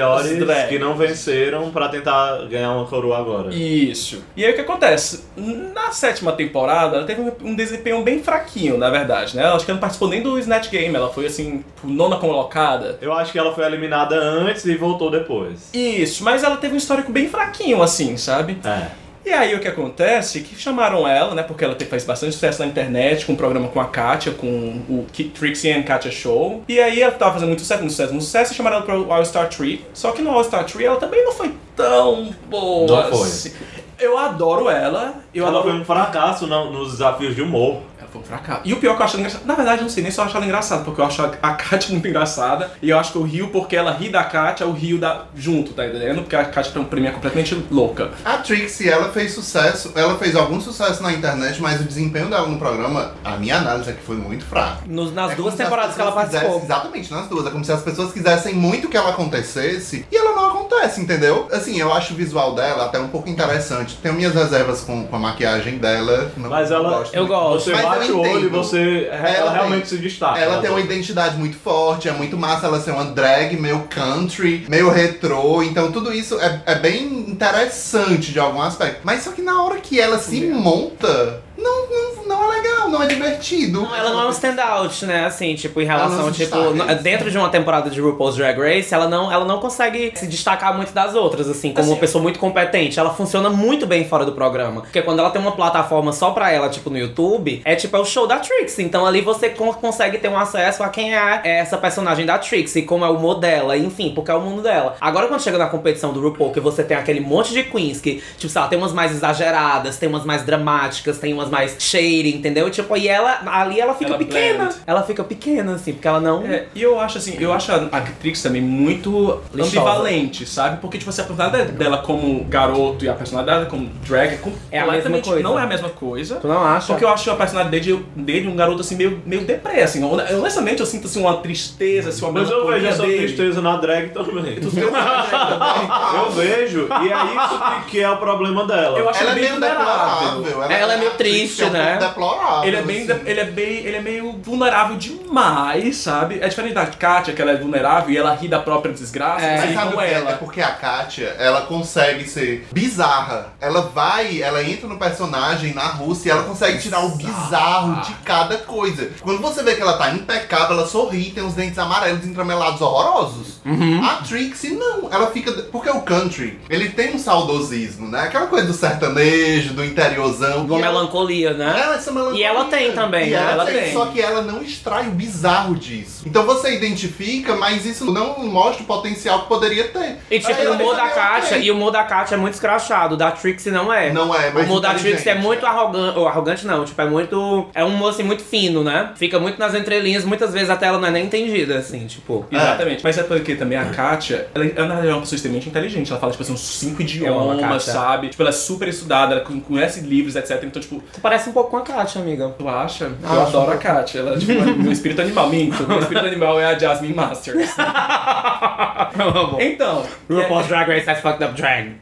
que não venceram pra tentar ganhar uma coroa agora. Isso. E aí o que acontece? Na 7ª temporada, ela teve um desempenho bem fraquinho, na verdade, né? Ela acho que ela não participou nem do Snatch Game, ela foi assim, 9ª colocada. Eu acho que ela foi eliminada antes e voltou depois. Isso, mas ela teve um histórico bem fraquinho, assim, sabe? É. E aí o que acontece, que chamaram ela, né, porque ela faz bastante sucesso na internet, com um programa com a Katia, com o Trixie and Katia Show. E aí ela tava fazendo muito sucesso, e chamaram ela pro All Star 3. Só que no All Star 3 ela também não foi tão boa. Não foi. Assim. Eu adoro ela. Ela foi um fracasso nos desafios de humor. Ela foi um fracasso. E o pior que eu acho ela engraçada, na verdade eu não sei nem se eu acho ela engraçada, porque eu acho a Katia muito engraçada. E eu acho que eu rio porque ela ri da Katia, eu rio junto, tá entendendo? Porque a Katia pra mim é completamente louca. A Trixie, ela fez sucesso, ela fez algum sucesso na internet, mas o desempenho dela no programa, a minha análise é que foi muito fraco. Nas duas temporadas que ela participou. Exatamente, nas duas. É como se as pessoas quisessem muito que ela acontecesse e ela não acontece, entendeu? Assim, eu acho o visual dela até um pouco interessante. Tenho minhas reservas com a maquiagem dela. Mas ela... Eu gosto. Você bate o olho e ela realmente se destaca. Ela tem uma identidade muito forte, é muito massa ela ser uma drag, meio country, meio retrô. Então tudo isso é bem interessante de algum aspecto. Mas só que na hora que ela se monta... Não é legal, não é divertido. Não, ela não é um standout, né? Assim, tipo, em relação, tipo, destaca, dentro de uma temporada de RuPaul's Drag Race, ela não consegue se destacar muito das outras, assim, como uma pessoa muito competente. Ela funciona muito bem fora do programa. Porque quando ela tem uma plataforma só pra ela, tipo, no YouTube, é tipo, é o show da Trixie. Então ali você consegue ter um acesso a quem é essa personagem da Trixie, como é o humor dela, enfim, porque é o mundo dela. Agora quando chega na competição do RuPaul, que você tem aquele monte de queens que, tipo, sei lá, tem umas mais exageradas, tem umas mais dramáticas, tem umas mais shady, entendeu? Tipo, e ela fica pequena. Blend. Ela fica pequena, assim, porque ela não... E eu acho assim, a Trixie também muito Lixosa. Ambivalente, sabe? Porque, tipo assim, a personalidade dela como garoto e a personalidade dela como drag É a mesma coisa. não é a mesma coisa. Tu não acha? Porque eu acho a personalidade dele um garoto assim, meio deprê, assim. Honestamente, eu sinto assim uma tristeza, assim, uma Mas eu vejo essa dele. tristeza na drag também. Tu vê uma drag também? Eu vejo, e é isso que é o problema dela. Eu acho Ela é bem meio vulnerável. deplorável. Ela é meio triste, um né? pouco deplorável. Ele é meio vulnerável demais, sabe? É diferente da Katia, que ela é vulnerável e ela ri da própria desgraça, Mas assim sabe o como que é? ela. É porque a Katia, ela consegue ser bizarra. Ela entra no personagem na Rússia e ela consegue tirar o bizarro de cada coisa. Quando você vê que ela tá impecável, ela sorri, tem os dentes amarelos entramelados horrorosos. A Trixie, não. Ela fica... Porque o country, ele tem um saudosismo, né? Aquela coisa do sertanejo, do interiorzão. Uma melancolia, né? Essa melancolia. E ela tem também, E né? ela Ela tem, só que ela não extrai o bizarro disso. Então você identifica, mas isso não mostra o potencial que poderia ter. E tipo, Aí o humor ela da fica Katia, ok. e o humor da Katia é muito escrachado, o da Trixie não é. Não é, O mas humor da Trixie é inteligente, muito arrogante, ou arrogante não, tipo, é um humor assim muito fino, né? Fica muito nas entrelinhas, muitas vezes até ela não é nem entendida, assim, tipo. Exatamente. Mas é porque também a Katia, ela na verdade é uma pessoa extremamente inteligente. Ela fala, tipo assim, uns 5 idiomas, sabe? Tipo, ela é super estudada, ela conhece livros, etc. Então, tipo... Tu parece um pouco com a Katia, amiga. Tu acha? Eu adoro a Katia. Ela, tipo, é meu espírito animal. Minto. Meu espírito animal é a Jasmine Masters. Então... RuPaul's Drag Race has fucked up drag.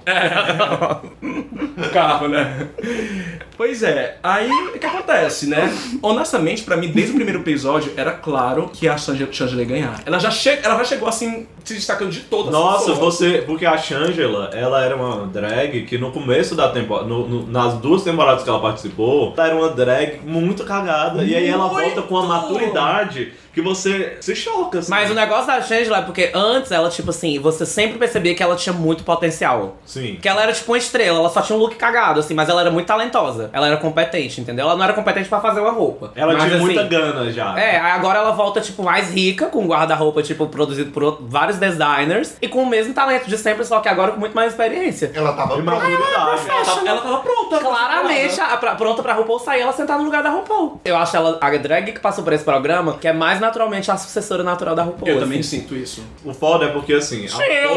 O carro, né? Pois é, aí o que acontece, né? Honestamente, pra mim, desde o primeiro episódio, era claro que a Shangela ia ganhar. Ela já chegou assim, se destacando de todas Nossa, as pessoas. porque a Shangela, ela era uma drag que no começo da temporada, nas 2 temporadas que ela participou, ela era uma drag muito cagada. E aí ela volta com a maturidade que você se choca, assim. Mas o negócio da Shangela é porque antes ela, tipo assim, você sempre percebia que ela tinha muito potencial. Sim. Que ela era tipo uma estrela, ela só tinha um look cagado, assim, mas ela era muito talentosa. Ela era competente, entendeu? Ela não era competente pra fazer uma roupa. Ela Mas, tinha assim, muita gana já. É, aí agora ela volta, tipo, mais rica, com um guarda-roupa, tipo, produzido por vários designers. E com o mesmo talento de sempre, só que agora com muito mais experiência. Ela tava E pronta. maturidade. Ela tava pronta. Claramente, pronta pra RuPaul sair, ela sentar no lugar da RuPaul. Eu acho ela, a drag que passou por esse programa, que é mais naturalmente a sucessora natural da RuPaul. Eu também assim. sinto isso. O foda é porque, assim,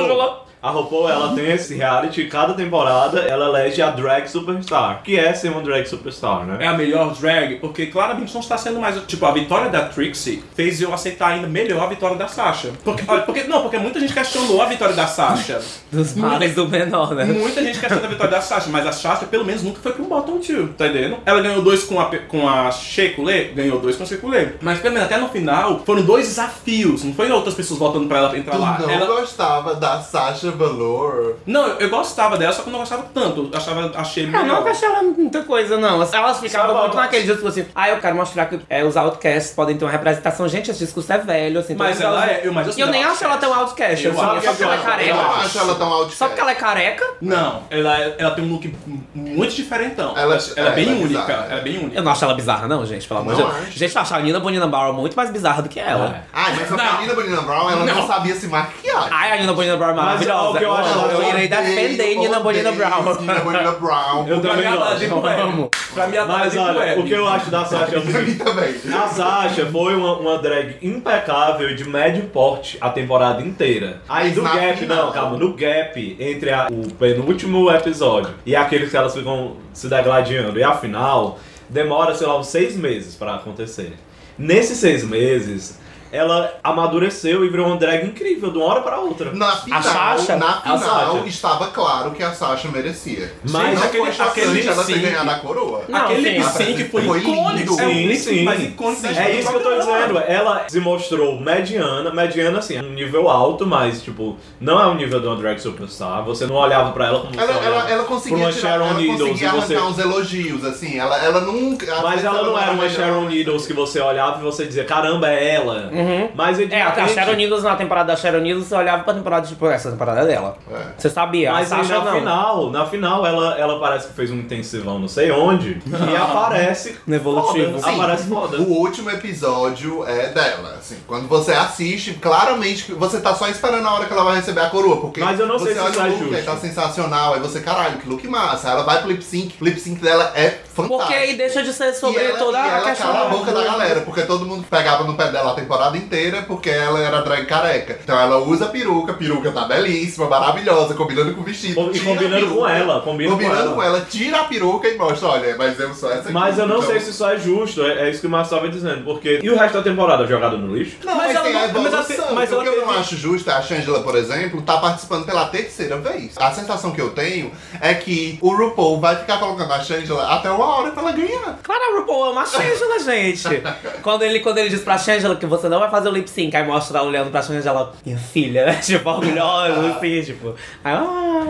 a RuPaul, ela tem esse reality, cada temporada ela elege a drag superstar, que é ser uma drag superstar, né? É a melhor drag, porque claramente não está sendo mais... Tipo, a vitória da Trixie fez eu aceitar ainda melhor a vitória da Sasha. Porque, olha, porque muita gente questionou a vitória da Sasha. Dos males do menor, né? Muita gente questionou a vitória da Sasha, mas a Sasha, pelo menos, nunca foi pro bottom 2, tá entendendo? Ela ganhou 2 com a Shea Coulee, ganhou 2 com a Shea Coulee. Mas, pelo menos, até no final, foram 2 desafios. Não foi outras pessoas voltando pra ela entrar lá. Tu não Ela... gostava da Sasha Velour? Não, eu gostava dela, só que eu não gostava tanto. Eu achava a Shea Eu melhor. não achei ela muita coisa, não. Elas ficavam Só muito pra- naquele discurso assim, eu quero mostrar que os outcasts podem ter uma representação. Gente, esse discurso é velho, assim. Mas todos ela elas- é... Mas E eu nem acho ela tão outcast, Eu assim, acho só que porque ela é Eu careca. não acho ela tão outcast. Só porque ela é careca? Não, ela tem um look muito diferentão. Ela é bem é única. bizarra. Ela é bem única. Eu não acho ela bizarra, não, gente, pelo amor de Não Deus. acho. Gente, eu acho a Nina Bonina Brown muito mais bizarra do que ela. Ai, mas a Não. menina Bonina Brown, ela não Não. sabia se maquiar. Ai, a Nina Bonina Brown é Mas maravilhosa. o que eu acho- eu irei odeio, defender Nina Bonina Brown. Nina Bonina Brown. Eu Pra também mim, ela gosto. é tipo amo. Pra mim, ela Mas é tipo olha, web. o que eu acho da Sasha é o Pra seguinte. mim também. A Sasha foi uma drag impecável de médio porte a temporada inteira. Aí Mas no na gap, final- não, calma, no gap entre o penúltimo episódio e aqueles que elas ficam se degladiando e a final, demora, sei lá, uns 6 meses pra acontecer. Nesses 6 meses, ela amadureceu e virou uma drag incrível, de uma hora pra outra. Na final, Sasha? A Sasha. estava claro que a Sasha merecia. Mas não aquele- foi chocante aquele ela ter lip-sync- ganhado a coroa. Não, Aquele sim. lip sync foi Foi icônico. lindo. É o Sim, lip sync sim. mais icônico da É história isso do que eu tô programa. dizendo. Ela se mostrou mediana assim, um nível alto, mas, tipo, não é o nível de uma drag superstar. Você não olhava pra ela como você olhava Ela pra conseguia uma tirar, Sharon ela Needles conseguia e arrancar você... uns elogios, assim. Ela nunca... às Mas vezes ela não era uma melhor, Sharon mas- Needles que você olhava e você dizia, caramba, é ela. Mas É, até a Sharon Needles, na temporada da Sharon Needles, você olhava pra temporada, tipo, essa temporada é dela. É. Você sabia, Mas a aí Sasha não. na final ela parece que fez um intensivão não sei onde e aparece No evolutivo. foda, aparece foda. O último episódio é dela, assim. Quando você assiste, claramente que você tá só esperando a hora que ela vai receber a coroa, porque Mas eu não sei você se olha isso é o look, justo. aí tá sensacional, aí você, caralho, que look massa. Aí ela vai pro lip sync, o lip sync dela é fantástico. Porque aí deixa de ser sobre e ela, toda e a ela questão cala a boca da galera, porque todo mundo pegava no pé dela a temporada inteira porque ela era drag careca. Então ela usa a peruca tá belíssima, maravilhosa, combinando com o vestido. E tira a combinando peruca, com ela, combinando com ela. tira a peruca e mostra, olha, mas eu sou essa aqui. Mas eu não então- sei se isso é justo, é isso que o Marcel vai dizendo, porque... E o resto da temporada jogado no lixo? Não, Mas mas, ela tem não- a mas ela evolução. te- mas o ela que eu não teve- acho justo é a Shangela, por exemplo, tá participando pela terceira vez. A sensação que eu tenho é que o RuPaul vai ficar colocando a Shangela até uma hora pra ela ganhar. Claro, a RuPaul ama a Shangela, gente. quando ele diz pra Shangela que você não vai fazer o lip sync, aí mostra ela olhando pra Shangela, minha filha, né? Tipo, orgulhosa, assim, tipo. Aí,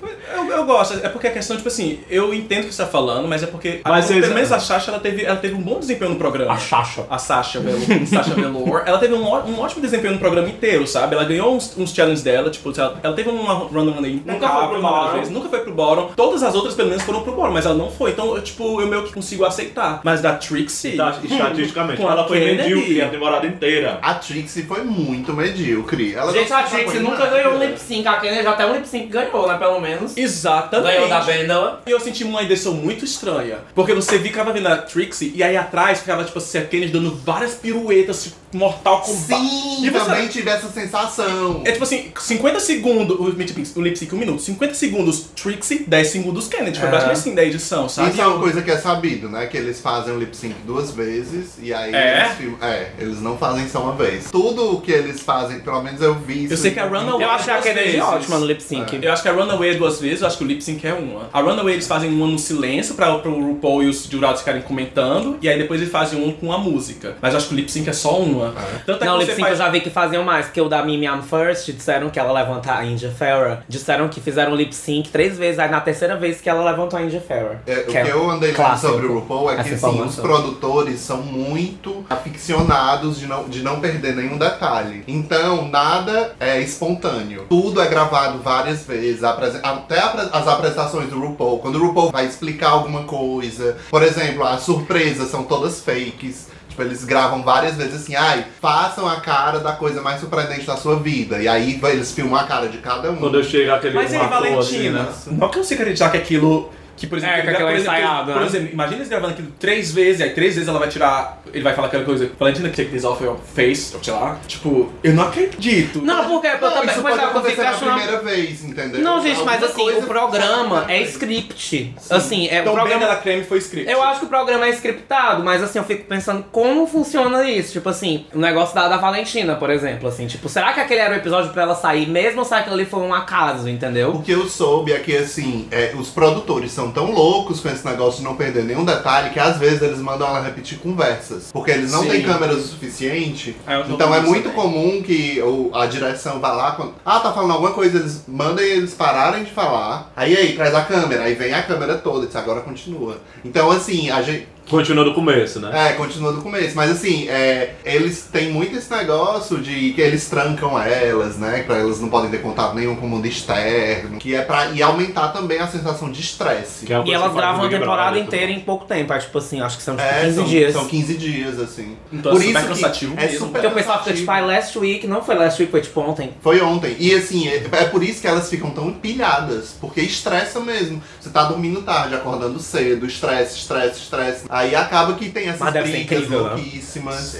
Eu gosto, é porque a questão, tipo assim, eu entendo o que você tá falando, mas é porque Mas vocês- pelo menos a Sasha, ela teve um bom desempenho no programa. a Sasha. A Sasha Velour, ela teve um ótimo desempenho no programa inteiro, sabe? Ela ganhou uns challenges dela, tipo, ela teve uma runway Nunca foi pro bottom. nunca foi pro bottom. Todas as outras, pelo menos, foram pro bottom, mas ela não foi. Então, eu meio que consigo aceitar. Mas da Trixie... Estatisticamente, Com a ela foi Kennedy. medíocre a temporada inteira. A Trixie foi muito medíocre. Ela Gente, não a se Trixie sacou em nunca nada. ganhou um lip sync. A Kennedy até um lip sync ganhou, né? Pelo menos. Exatamente. Ganhou da Bendela. E eu senti uma edição muito estranha. Porque você ficava vendo a Trixie e aí atrás ficava, tipo assim, a Kennedy dando várias piruetas, tipo, Mortal Kombat. Sim, E você- também tive essa sensação. É tipo assim, 50 segundos, o lip sync 1 minuto, 50 segundos Trixie, 10 segundos Kennedy. Foi basicamente assim da edição, sabe? Isso é uma coisa que é sabido, né? Que eles fazem o lip sync 2 vezes e aí É? eles filmam. Eles não fazem só uma vez. Tudo que eles fazem, pelo menos eu vi isso. Eu sei que a Runaway Eu achei a duas Kennedy vezes. ótima no lip sync. Eu acho que a Runaway é 2 vezes, eu acho que o lip sync é uma. A Runaway eles fazem uma no silêncio pro RuPaul e os jurados ficarem comentando, e aí depois eles fazem um com a música. Mas eu acho que o lip sync é só uma. ama. Tanto é Não, que lip você sync eu faz... já vi que faziam mais, porque o da Mimi I'm First disseram que ela levanta a India Ferrer. Disseram que fizeram lip sync 3 vezes, aí na terceira vez que ela levantou a India Ferrer. O que eu andei lendo sobre o RuPaul é que essa assim, os informação. produtores são muito aficionados de não perder nenhum detalhe. Então, nada é espontâneo. Tudo é gravado várias vezes. Até as apresentações do RuPaul. Quando o RuPaul vai explicar alguma coisa. Por exemplo, as surpresas são todas fakes. Tipo, eles gravam várias vezes assim, façam a cara da coisa mais surpreendente da sua vida. E aí eles filmam a cara de cada um. Quando eu chego aquele Mas aí, ator, Valentina, assim, né? não consigo acreditar que aquilo... Que, por exemplo, É, que aquilo é ensaiado, por né? exemplo, imagina eles gravando aquilo 3 vezes, e aí 3 vezes ela vai tirar. Ele vai falar aquela coisa, Valentina, take this off your face, ou sei lá. Tipo, eu não acredito. Não, porque eu Não, também. isso Mas pode eu fico acontecer na achando. primeira vez, entendeu? Não, gente, mas Alguma assim, coisa o programa sabe, é né? script. Assim, é o Então, programa. bem da creme foi script. Eu acho que o programa é scriptado, mas assim, eu fico pensando como funciona isso. Tipo assim, o negócio da Valentina, por exemplo, assim, tipo, será que aquele era o episódio pra ela sair mesmo ou será que ali foi um acaso, entendeu? O que eu soube é que, assim, os produtores são tão loucos com esse negócio de não perder nenhum detalhe que às vezes eles mandam ela repetir conversas. Porque eles não Sim. têm câmeras o suficiente. Eu já Então ouvi é isso muito também. comum que a direção vá lá quando... tá falando alguma coisa, eles mandem eles pararem de falar. Aí, traz a câmera. Aí vem a câmera toda. Diz, agora continua. Então, assim, a gente... Continua do começo, né? Continua do começo. Mas assim, eles têm muito esse negócio de que eles trancam elas, né? Pra elas não podem ter contato nenhum com o mundo externo. Que é pra aumentar também a sensação de estresse. Que é uma E coisa elas que faz gravam no a Big temporada Brother, inteira tudo. em pouco tempo. É tipo assim, acho que são tipo 15 são, dias. São 15 dias, assim. Então Por é super isso que cansativo é mesmo. super Porque o pessoal fica cansativo. tipo, last week, não foi last week, foi tipo ontem. Foi ontem. E assim, é por isso que elas ficam tão empilhadas. Porque estressa mesmo. Você tá dormindo tarde, acordando cedo, estresse. Aí acaba que tem essas Mas deve ser brigas incrível, né? louquíssimas.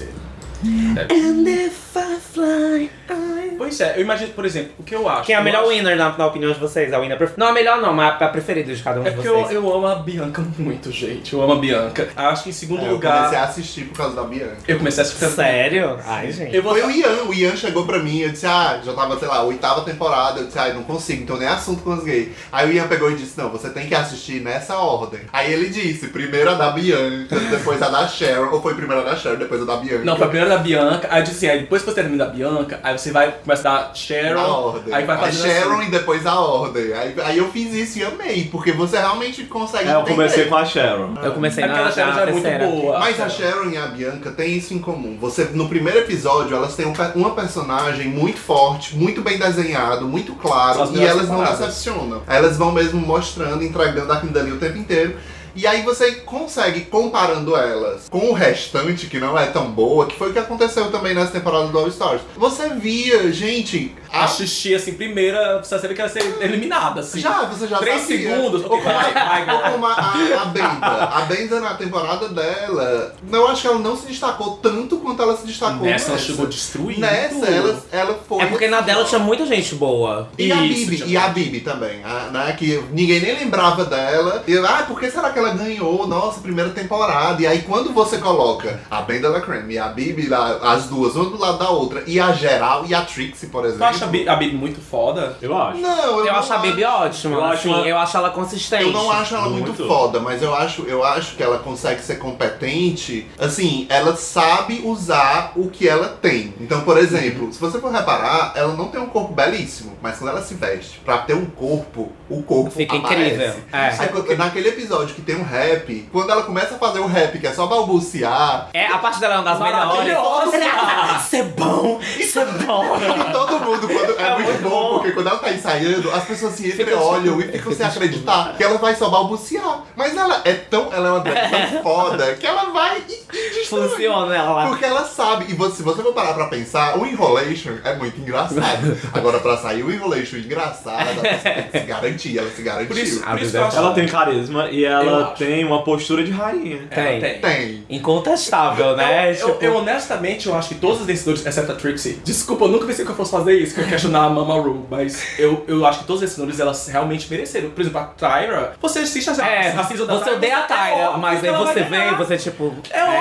And if I fly, Pois é, eu imagino, por exemplo, o que eu acho. Quem é a Eu melhor acho- winner na opinião de vocês? A winner não a melhor não, mas a preferida de cada um É de porque vocês. eu amo a Bianca muito, gente. Eu amo a Bianca. Acho que em segundo Eu lugar. comecei a assistir por causa da Bianca. Eu comecei a assistir. Sério? Ai, gente. Eu vou. Foi o Ian chegou pra mim, eu disse, já tava, sei lá, 8ª temporada, eu disse, não consigo, então nem assunto com as gays. Aí o Ian pegou e disse, não, você tem que assistir nessa ordem. Aí ele disse, primeiro a da Bianca, depois a da Sharon, ou foi primeiro a da Sharon, depois a da Bianca. Não, foi a primeira da Bianca, aí eu disse assim, aí depois que você termina da Bianca, aí você vai começar a dar Na Sharon, ordem. aí vai A fazendo Sharon assim. e depois a ordem. Aí eu fiz isso e amei, porque você realmente consegue Eu entender. comecei com a Sharon. Eu comecei É porque na a Sharon já é muito terceira. boa. Mas a Sharon e a Bianca têm isso em comum. Você, no primeiro episódio, elas têm uma personagem muito forte, muito bem desenhado, muito São claro, as e melhores elas não temporadas. decepcionam. Elas vão mesmo mostrando, entregando aquilo dali o tempo inteiro. E aí você consegue, comparando elas com o restante, que não é tão boa, que foi o que aconteceu também nessa temporada do All Stars. Você via, gente... Assistir assim, primeira, você sabe que ela ia ser eliminada, assim. Você já 3 sabia. segundos, ok, vai. Ou como a Benda. A Benda, na temporada dela, eu acho que ela não se destacou tanto quanto ela se destacou Nessa ela chegou destruindo. Nessa, ela foi... É porque na dela tinha muita gente boa. E a Isso, Bibi, tinha e a Bibi também, né? Que ninguém nem lembrava dela. E por que será que ela ganhou? Nossa, primeira temporada. E aí quando você coloca a Benda La Creme e a Bibi, as duas, uma do lado da outra, e a Geral e a Trixie, por Tu exemplo. acha a Bibi muito foda? Eu acho. Não, Eu não acho a Bibi ótima. Eu acho assim, uma- eu acho ela consistente. Eu não acho ela muito Muito. foda, mas eu acho que ela consegue ser competente. Assim, ela sabe usar o que ela tem. Então, por exemplo, se você for reparar, ela não tem um corpo belíssimo, mas quando ela se veste pra ter um corpo, o corpo Fica aparece. incrível. É. Aí, naquele episódio que tem um rap, quando ela começa a fazer o rap, que é só balbuciar, É, a parte dela é uma das melhores. Maravilhosa! Isso é bom, isso é bom. e todo mundo, é muito bom, porque quando ela tá ensaiando, as pessoas se entreolham e ficam sem acreditar que ela vai só balbuciar. Mas ela é uma drag tão foda que ela vai e destrói. Funciona ela lá. Porque ela sabe, e se você for parar pra pensar, o Enrolation é muito engraçado. Agora, pra sair o Enrolation engraçado, ela tem que se garantir, ela se garantiu. Por isso, Ah, por isso que eu acho. Ela tem carisma e Eu ela acho. tem uma postura de rainha. Tem. Tem. Incontestável, né? Eu honestamente, eu acho que todos os vencedores, exceto a Trixie, desculpa, eu nunca pensei que eu fosse fazer isso, que eu ia questionar a Mama Ru, mas eu acho que todos os vencedores, elas realmente mereceram. Por exemplo, a Tyra, você assiste a É, season da você odeia a Tyra, é óbvio mas que aí ela vai você vê e ganhar. você tipo... É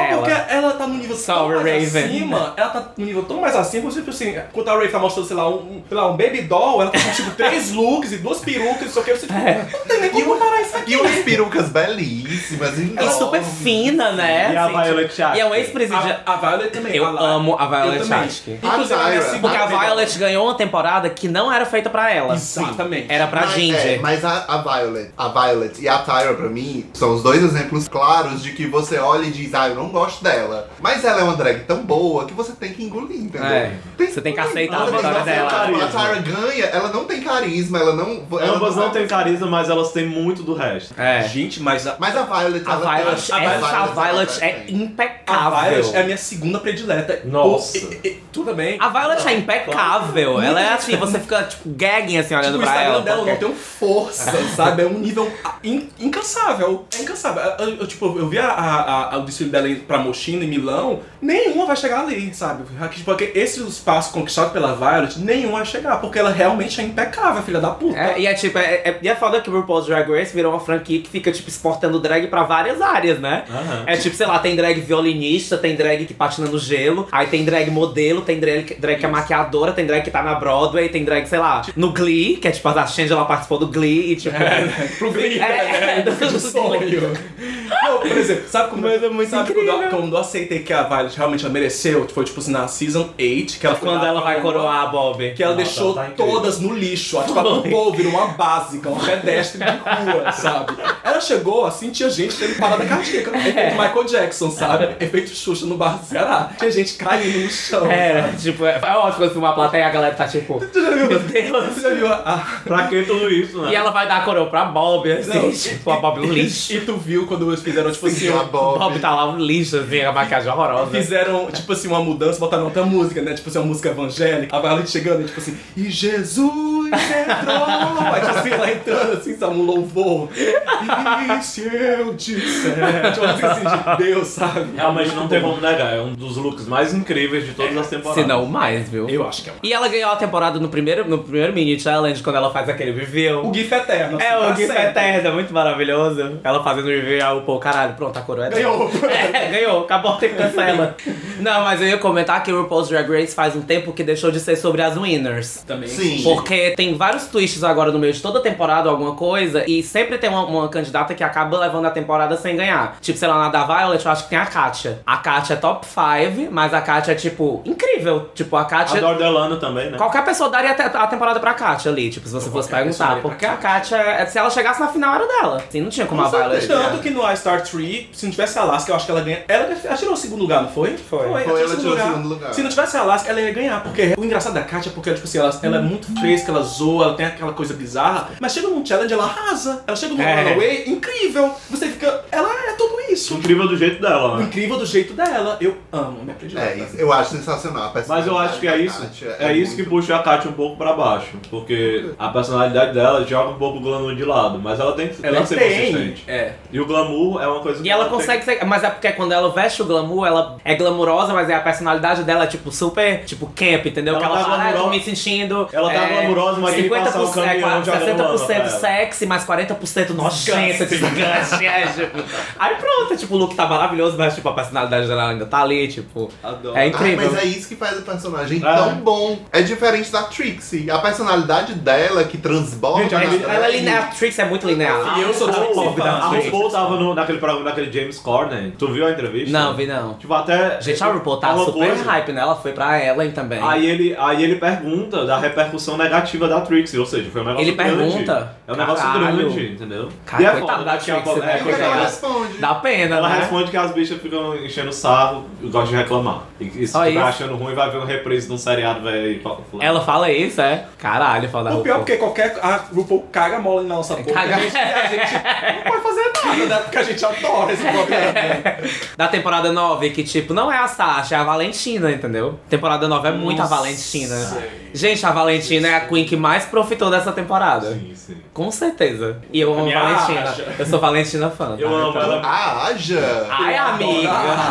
porque ela tá num nível tão Sorry, mais Raven. acima. Ela tá num nível tão mais acima, você, tipo assim, quando a Raven tá mostrando, sei lá, um baby doll, ela tá com, tipo, 3 looks e 2 perucas, não sei o que, você, tipo, não tem nem como comparar isso aqui. E umas perucas belíssimas, E super fina, né? E a Assim, Violet tipo, Chachki. E é um ex-presidente. A Violet também. Eu amo a Violet Eu também. Chachki. Inclusive, ela é a minha Tyra. segunda Porque a favorita. Violet ganhou uma temporada que não era feita pra ela. Exatamente. Era pra Ginger. Mas a Violet e a Tyra, pra mim, são os dois exemplos claros de que você olha e diz, eu não gosto dela. Mas ela é uma drag tão boa que você tem que engolir, entendeu? Você tem que aceitar a Você tem que vitória aceitar. dela. A Tyra ganha, ela não tem carisma, ela não... Ambas não têm carisma, mas elas têm muito do resto. Gente, mas Mas a Violet, A Violet é impecável. a Violet é a minha segunda predileta. Nossa. Tudo bem. A Violet é impecável. Ela é assim, você fica tipo gagging assim olhando Tipo, o pra Instagram ela. dela porque- não tem força, sabe? É um nível incansável. É incansável. Eu vi o desfile dela indo pra Moschino, em Milão, nenhuma vai chegar ali, sabe? Porque esse espaço conquistado pela Violet, nenhuma vai chegar, porque ela realmente é impecável, filha da puta. E é tipo, e é foda que o RuPaul's Drag Race virou uma franquia que fica, tipo, exportando drag pra várias áreas, né? Aham. É tipo, sei lá, tem drag violinista, tem drag que patina no gelo, aí tem drag modelo, tem drag que é maquiadora, tem drag que tá na Broadway, tem drag, sei lá, no Glee, que é tipo, a Shandy, ela participou do Glee e tipo... Pro Glee, do sonho. Não, por exemplo, sabe como Mas é muito incrível. quando eu aceitei que a Violet realmente ela mereceu? Foi tipo assim, na Season 8, que ela foi Quando lá ela pra vai uma- coroar a Bob. Que ela Nossa, deixou ela tá incrível. todas no lixo. Tipo, a RuPaul virou uma básica, um pedestre de rua, sabe? Ela chegou assim, tinha gente tendo parada cardíaca. Efeito Michael Jackson, sabe? Efeito Xuxa no bar do Ceará. Tinha gente caindo no chão. Tipo, é ótimo quando filmar a plateia e a galera tá tipo, meu Deus. Você já viu Pra que tudo isso, né? E ela vai dar a coroa pra Bob, assim, Não, tipo, a Bob um lixo. E tu viu quando eles fizeram, tipo assim, a Bob. Bob tá lá um lixo, assim, a maquiagem horrorosa. fizeram, tipo assim, uma mudança, botaram outra música, né? Tipo assim, uma música evangélica. A Violet chegando, e tipo assim, e Jesus entrou! Aí, tipo assim, ela entrando, assim, sabe, um louvor. E se eu disser... Tipo assim, de Deus, sabe? Realmente não tem como negar, é um dos looks mais incríveis de todas as temporadas. Se não mais, viu? Eu acho que é E ela ganhou a temporada no primeiro mini challenge, quando ela faz aquele review. o GIF eterno. assim, É, o pra GIF sempre. eterno, é muito maravilhoso. Ela fazendo review, aí o pô, caralho, pronto, a coroa é dela. Ganhou. Ganhou, acabou, tem que cancela. Não, mas eu ia comentar que o RuPaul's Drag Race faz um tempo que deixou de ser sobre as winners. Também. Sim. Porque tem vários twists agora no meio de toda temporada, alguma coisa, e sempre tem uma candidata que acaba levando a temporada sem ganhar. Tipo, sei lá, na da Violet, eu acho que tem a Katia. A Katia é top 5, mas a Katia é, tipo, incrível. Tipo, a Katia... A Dordelano também, né? Qualquer pessoa daria a temporada pra Katia ali, tipo, se você fosse qualquer pessoa perguntar. daria pra Porque a Katia, se ela chegasse na final, era dela. Assim, não tinha como a Violet ganhar. Tanto que no iStar 3, se não tivesse a Alaska, eu acho que ela ganha. Ela tirou o segundo lugar, não foi? Foi. Foi, ela tirou o segundo lugar. Se não tivesse a Alaska, ela ia ganhar. Porque o engraçado da Katia é porque tipo assim, ela é muito fresca, ela zoa, ela tem aquela coisa bizarra. Mas chega num challenge, ela arrasa. Ela chega num runaway, incrível. Você fica. Ela é tudo isso. Incrível do jeito dela, né? Incrível do jeito dela. Eu amo minha predileta. Isso, eu acho sensacional. A Mas eu acho que é isso, personalidade da Katia é isso que muito- puxa a Katia um pouco pra baixo. Porque a personalidade dela joga um pouco o glamour de lado, mas ela tem que ser consistente. É. E o glamour é uma coisa que E ela tem- consegue ser. Mas é porque quando ela veste o glamour, ela é glamurosa, mas a personalidade dela é tipo super, tipo, camp, entendeu? Ela que ela tá fala, eu tô glamurosa- me sentindo. ela tá glamurosa, mas tem que passar o caminhão de 60% Alabama pra sexy, mais 40% nojenta, desgaste. Tipo. Aí pronto, tipo, o look tá maravilhoso, mas tipo, a personalidade dela ainda tá ali, tipo. Adoro. É incrível. Mas é isso que faz o personagem É. tão bom. É diferente da Trixie. A personalidade dela que transborda. Gente, na Ela é drag. linear, a Trix é muito linear. E eu sou Trixie Trixie fan. A RuPaul tava naquele programa daquele James Corden. Tu viu a entrevista? Não, vi não. Tipo, até. Gente, a RuPaul tá uma super coisa. hype, né? Ela foi pra Ellen também. Aí ele pergunta da repercussão negativa da Trixie, ou seja, foi um negócio Ele grande. pergunta? É um negócio Caralho. grande, entendeu? Cara, E é coitada foda da que a- Trixie, né? Porque coitada. ela responde. Dá pena, Ela né? responde que as bichas ficam enchendo o sarro e gostam de reclamar. E se Só estiver isso. achando ruim, vai ver um reprise de um seriado, velho. Ela fala isso, é? Caralho, fala da O pior é RuPaul. porque a RuPaul caga mole na nossa boca. Caga. A gente não pode fazer nada, né? Porque a gente adora esse programa. Da temporada 9, que tipo, não é a Sasha, é a Valentina, entendeu? Temporada 9 é muito a Nossa. Valentina. Gente, a Valentina é a Queen que mais profitou dessa temporada. Sim, sim. Com certeza. E eu amo minha Valentina. Aja. Eu sou Valentina fã. Eu tá? amo Então- ela. A Aja. Ai, amiga.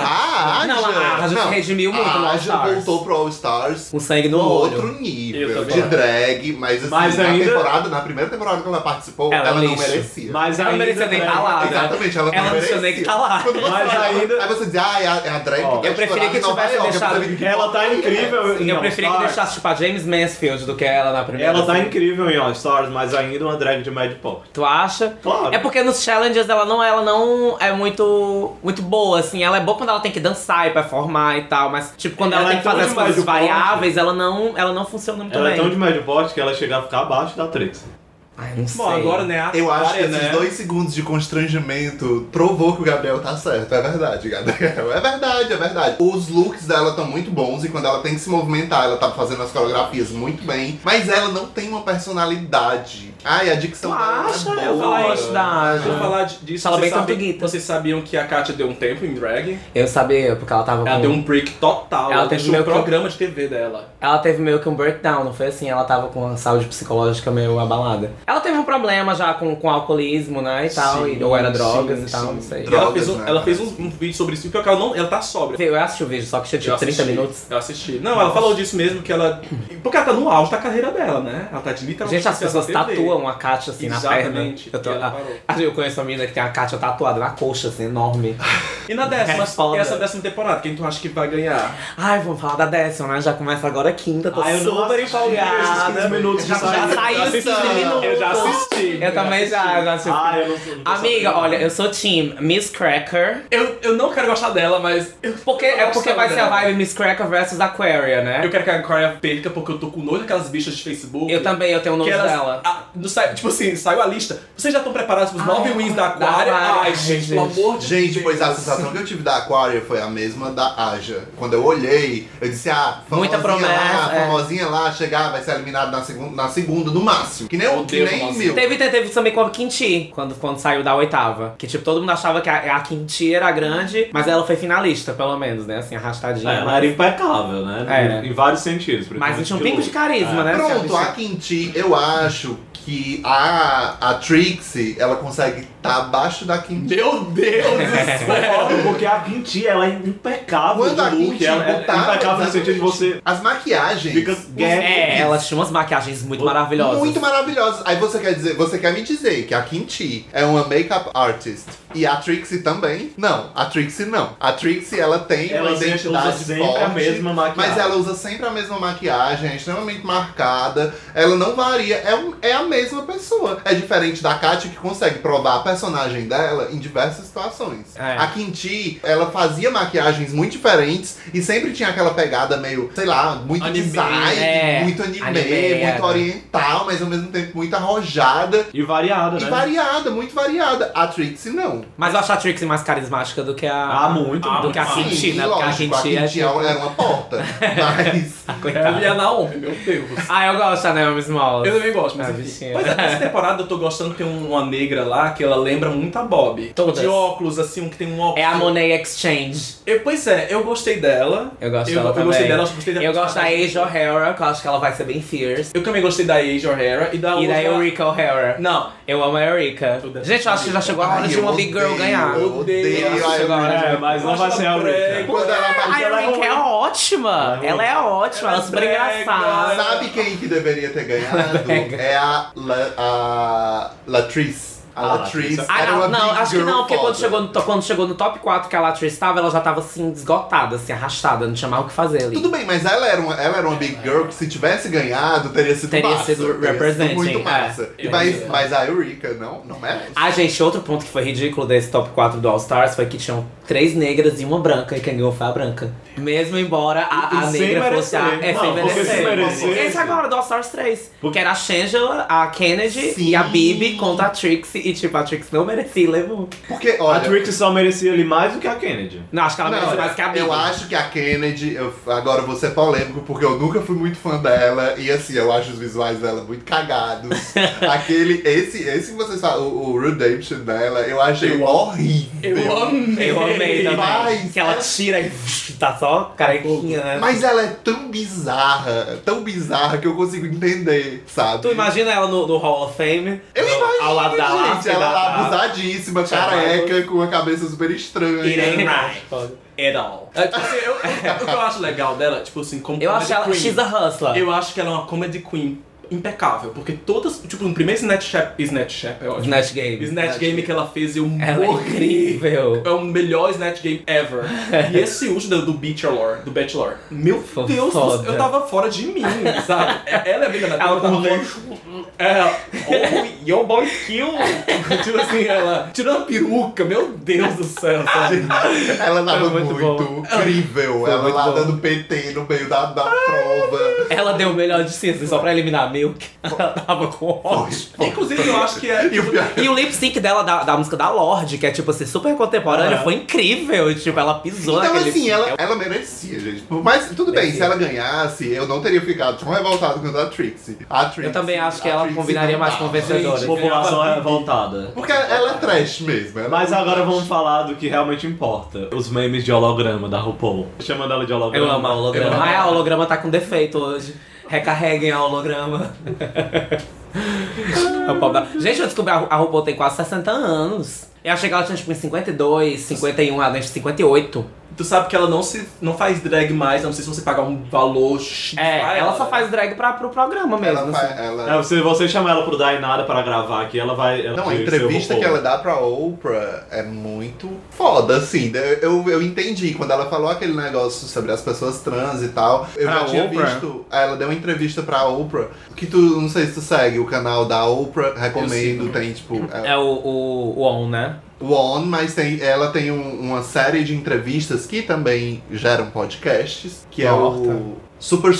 A Aja. Não, a Aja se redimiu muito no A All Aja Stars. voltou pro All Stars Com sangue no com olho. outro Eu nível também de acho. drag, mas assim, Mas ainda- na primeira temporada que ela participou, Ela ela não lixo. merecia. Mas Ela ainda merecia nem drag- tá lá. lá, né? Exatamente, ela Ela não tinha nem que estar lá. Quando você Mas olha, ainda- Aí você diz, é a drag Ó, que eu preferia que em Nova tivesse York, deixado- você vê que Ela tá incrível em Eu All preferia que Stars. deixasse, tipo, a James Mansfield do que ela na primeira. Ela tá assim. incrível em All Stars, mas ainda uma drag de médio porte. Tu acha? Claro. É porque nos challenges ela não é muito boa, assim. Ela é boa quando ela tem que dançar e performar e tal, mas tipo, quando ela Ela tem é que fazer tão as de coisas médio porte. variáveis, ela não funciona muito Ela bem. é tão de médio porte que ela chega a ficar abaixo da Trixie. Ai, não sei. Bom, agora, né, a Eu acho que Aquária, esses né? 2 segundos de constrangimento provou que o Gabriel tá certo. É verdade, Gabriel. É verdade, é verdade. Os looks dela estão muito bons e quando ela tem que se movimentar, ela tá fazendo as coreografias muito bem. Mas ela não tem uma personalidade. Ai, a dicção Tu dela acha? é boa. Eu gosto da Vou falar disso. Fala bem Vocês sabem- tortuguita. Vocês sabiam que a Katia deu um tempo em drag? Eu sabia, porque ela tava Ela com... deu um break total. Ela Ela teve deixou meio o que- programa de TV dela. Ela teve meio que um breakdown, não foi assim? Ela tava com a saúde psicológica meio abalada. Ela teve um problema já com alcoolismo, né, e tal, Sim, ou era drogas sim, e tal, sim. não sei. E Drogas, ela fez, né? ela fez um vídeo sobre isso, porque ela tá sóbria. Eu assisti o vídeo, só que tinha tipo Eu 30 assisti, minutos. Eu assisti. Não, ela falou disso mesmo, que ela... Porque ela tá no auge da carreira dela, né? Ela tá de literalmente... Gente, as pessoas na TV. tatuam a Katia assim na perna. Exatamente. E ela parou. Eu conheço uma menina que tem a Katia tatuada na coxa, assim, enorme. E na décima, É foda. essa 10ª temporada, quem tu acha que vai ganhar? Ai, vamos falar da décima, né? Já começa agora a quinta, tô Ai, eu não super assisti esses empolgada. 15 minutos já que saiu. saiu esses 15 minutos. Eu já assisti. Eu também já assisti. Ah, eu não sou. não tô Amiga, sabendo. olha, eu sou team Miss Cracker. Eu não quero gostar dela, mas... Porque vai ser a vibe Miss Cracker versus Aquaria, né? Eu quero que a Aquaria perca, porque eu tô com nojo daquelas bichas de Facebook. Eu também, eu tenho nojo Que elas, dela. tipo assim, saiu a lista. Vocês já estão preparados pros 9 wins da Aquária? Aquária. Ai, gente, pelo amor de Gente, Deus. pois a sensação que eu tive da Aquaria foi a mesma da Aja. Quando eu olhei, eu disse, Muita famosinha lá, promessa, é. famosinha lá, chegar, vai ser eliminado na segunda, no máximo. Que nem o que Odeio nem famosinha. mil. Teve também com a Quinti, quando saiu da 8ª. Que tipo, todo mundo achava que a Quinti era grande, mas ela foi finalista, pelo menos, né? Assim, arrastadinha. Ela era impecável, né? Era. Em vários sentidos. Mas tinha um pingo look. de carisma, né? Pronto, a Quinti, eu acho que a Trixie, ela consegue estar abaixo da Quinti. Meu Deus do céu. Porque a Quinti, ela é impecável Quando a de look. Quinti Ela é botava, impecável no sentido de você... As maquiagens. Fica É, ela tinha umas maquiagens muito maravilhosas. Muito maravilhosas. Aí você quer me dizer que a Quinti é uma makeup artist e a Trixie também? Não, a Trixie não. A Trixie, ela tem Ela uma sempre identidade usa sempre forte, a mesma maquiagem. mas ela usa sempre a mesma maquiagem, é extremamente marcada, ela não varia, é a mesma pessoa. É diferente da Katia, que consegue provar a personagem dela em diversas situações. É. A Quinti, ela fazia maquiagens muito diferentes e sempre tinha aquela pegada meio, sei lá, muito Anime. design, muito anime, Anime, muito oriental, mas ao mesmo tempo muito arrojada. E variada, E né? variada, muito variada. A Trixie não. Mas eu acho a Trixie mais carismática do que a... Ah, muito. do que a Sim, Quinti, né? Porque a lógico, Quinti é tipo... era uma porta. Mas Coitada. Ela e a Naomi, meu Deus. Ah, eu gosto da Naomi Smalls. Eu também gosto, mas Ah, enfim. bichinha. Pois é, essa temporada eu tô gostando, tem uma negra lá que ela lembra muito a Bob. Todas. De óculos, assim, um que tem um óculos. É a Monet Exchange. Pois é, eu gostei dela. Eu gosto dela eu também. gostei dela, eu gostei da Eu gosto da personagem. Asia O'Hara, que eu acho que ela vai ser bem fierce. Eu também gostei da Asia O'Hara e da E da outra... Eureka O'Hara. Não, Eu amo a Eureka. Tudo Gente, eu acho que já chegou a hora Ai, de eu uma Big Girl odeio, ganhar. eu odeio Odeio. a Chegou a hora de É, mas não vai ser a Eureka. Quando ela A apareceu, ela Eureka é ótima. Ela é Ela é ótima, ela é super brega. engraçada. Sabe quem que deveria ter ganhado? É a Latrice. A Ah, Latrice Latrice. era uma não, big acho que girl não, porque foda. quando chegou no top 4 que a Latrice estava, ela já tava assim, esgotada, assim, arrastada, não tinha mais o que fazer ali. Tudo bem, mas ela era uma big girl que se tivesse ganhado, teria sido Teria massa. sido Teria representing, muito é. massa. Mas a Eureka não merece. Ah, gente, outro ponto que foi ridículo desse top 4 do All Stars foi que tinham 3 negras e uma branca, e quem ganhou foi a branca. Mesmo embora a E sem negra fosse a... merecer. É, sem Não, porque merecer. se merecesse- Esse agora, do All Stars 3. Porque era a Shangela, a Kennedy Sim. e a Bibi contra a Trixie. E tipo, a Trixie não merecia e levou. Porque, A olha... Trixie só merecia ali mais do que a Kennedy. Não, acho que ela Não, merecia mais que a Bibi. eu acho que a Kennedy, agora eu vou ser polêmico, porque eu nunca fui muito fã dela, e assim, eu acho os visuais dela muito cagados. Esse que vocês falam, o Redemption dela, eu achei horrível. eu amei. Eu amei também. Mas que ela tira e tá só carequinha, né? Mas ela é tão bizarra que eu consigo entender, sabe? Tu imagina ela no Hall of Fame? Eu imagino, ao lado da gente, Alaska e ela da- lá abusadíssima, careca, com a cabeça super estranha. It ain't right. At all. Tipo assim, o que eu acho legal dela, tipo assim, como Eu comedy acho ela... queen, She's a hustler. eu acho que ela é uma comedy queen impecável, porque todas, tipo, no primeiro Snatch é ótimo. Snatch Game. Snatch Game que ela fez, eu Ela é morri. incrível. É o melhor Snatch Game ever. E esse último do Bachelor, meu Foi Deus, foda. eu tava fora de mim, sabe? Ela é bem danada. Ela tava com oh, your boy kill. Tipo assim, ela tirando a peruca, meu Deus do céu, sabe? Ela tava Foi muito, muito incrível. Foi Ela muito lá bom. dando PT no meio da prova. Ela deu o melhor de si, assim, só pra eliminar a Milk. Ela tava com ódio. Inclusive, eu acho que é. E o pior E o lip sync dela, da música da Lorde, que é tipo assim, super contemporânea, foi incrível. E, tipo, ela pisou Então, naquele assim, lip sync. ela merecia, gente. Mas tudo bem, se ela ganhasse, eu não teria ficado tão revoltado quanto a Trixie. Eu também acho que a ela Trixie combinaria não mais dá. com vencedora. Gente, população é revoltada. Porque ela é trash mesmo. ela Mas é agora trash. vamos falar do que realmente importa. Os memes de holograma da RuPaul. Chamando ela de holograma. Eu amo a holograma. Ah, a holograma tá com defeito hoje. Recarreguem a holograma. É o pau da- Gente, eu descobri a RuPaul tem quase 60 anos. Eu achei que ela tinha tipo em 52, 51, ela tem 58. Tu sabe que ela não faz drag mais, não sei se você pagar um valor X. É, pra ela só faz drag pro programa mesmo. Ela, assim. ela... Se você chamar ela pro Dainara pra gravar aqui, ela vai. Não, a entrevista que ela dá pra Oprah é muito foda, assim. Eu entendi. Quando ela falou aquele negócio sobre as pessoas trans e tal, eu Pra já tinha Oprah? visto. Ela deu uma entrevista pra Oprah. Que tu, não sei se tu segue o canal da Oprah, recomendo. Tem, tipo. É o On, né? O On, mas ela tem uma série de entrevistas que também geram podcasts, que é o Super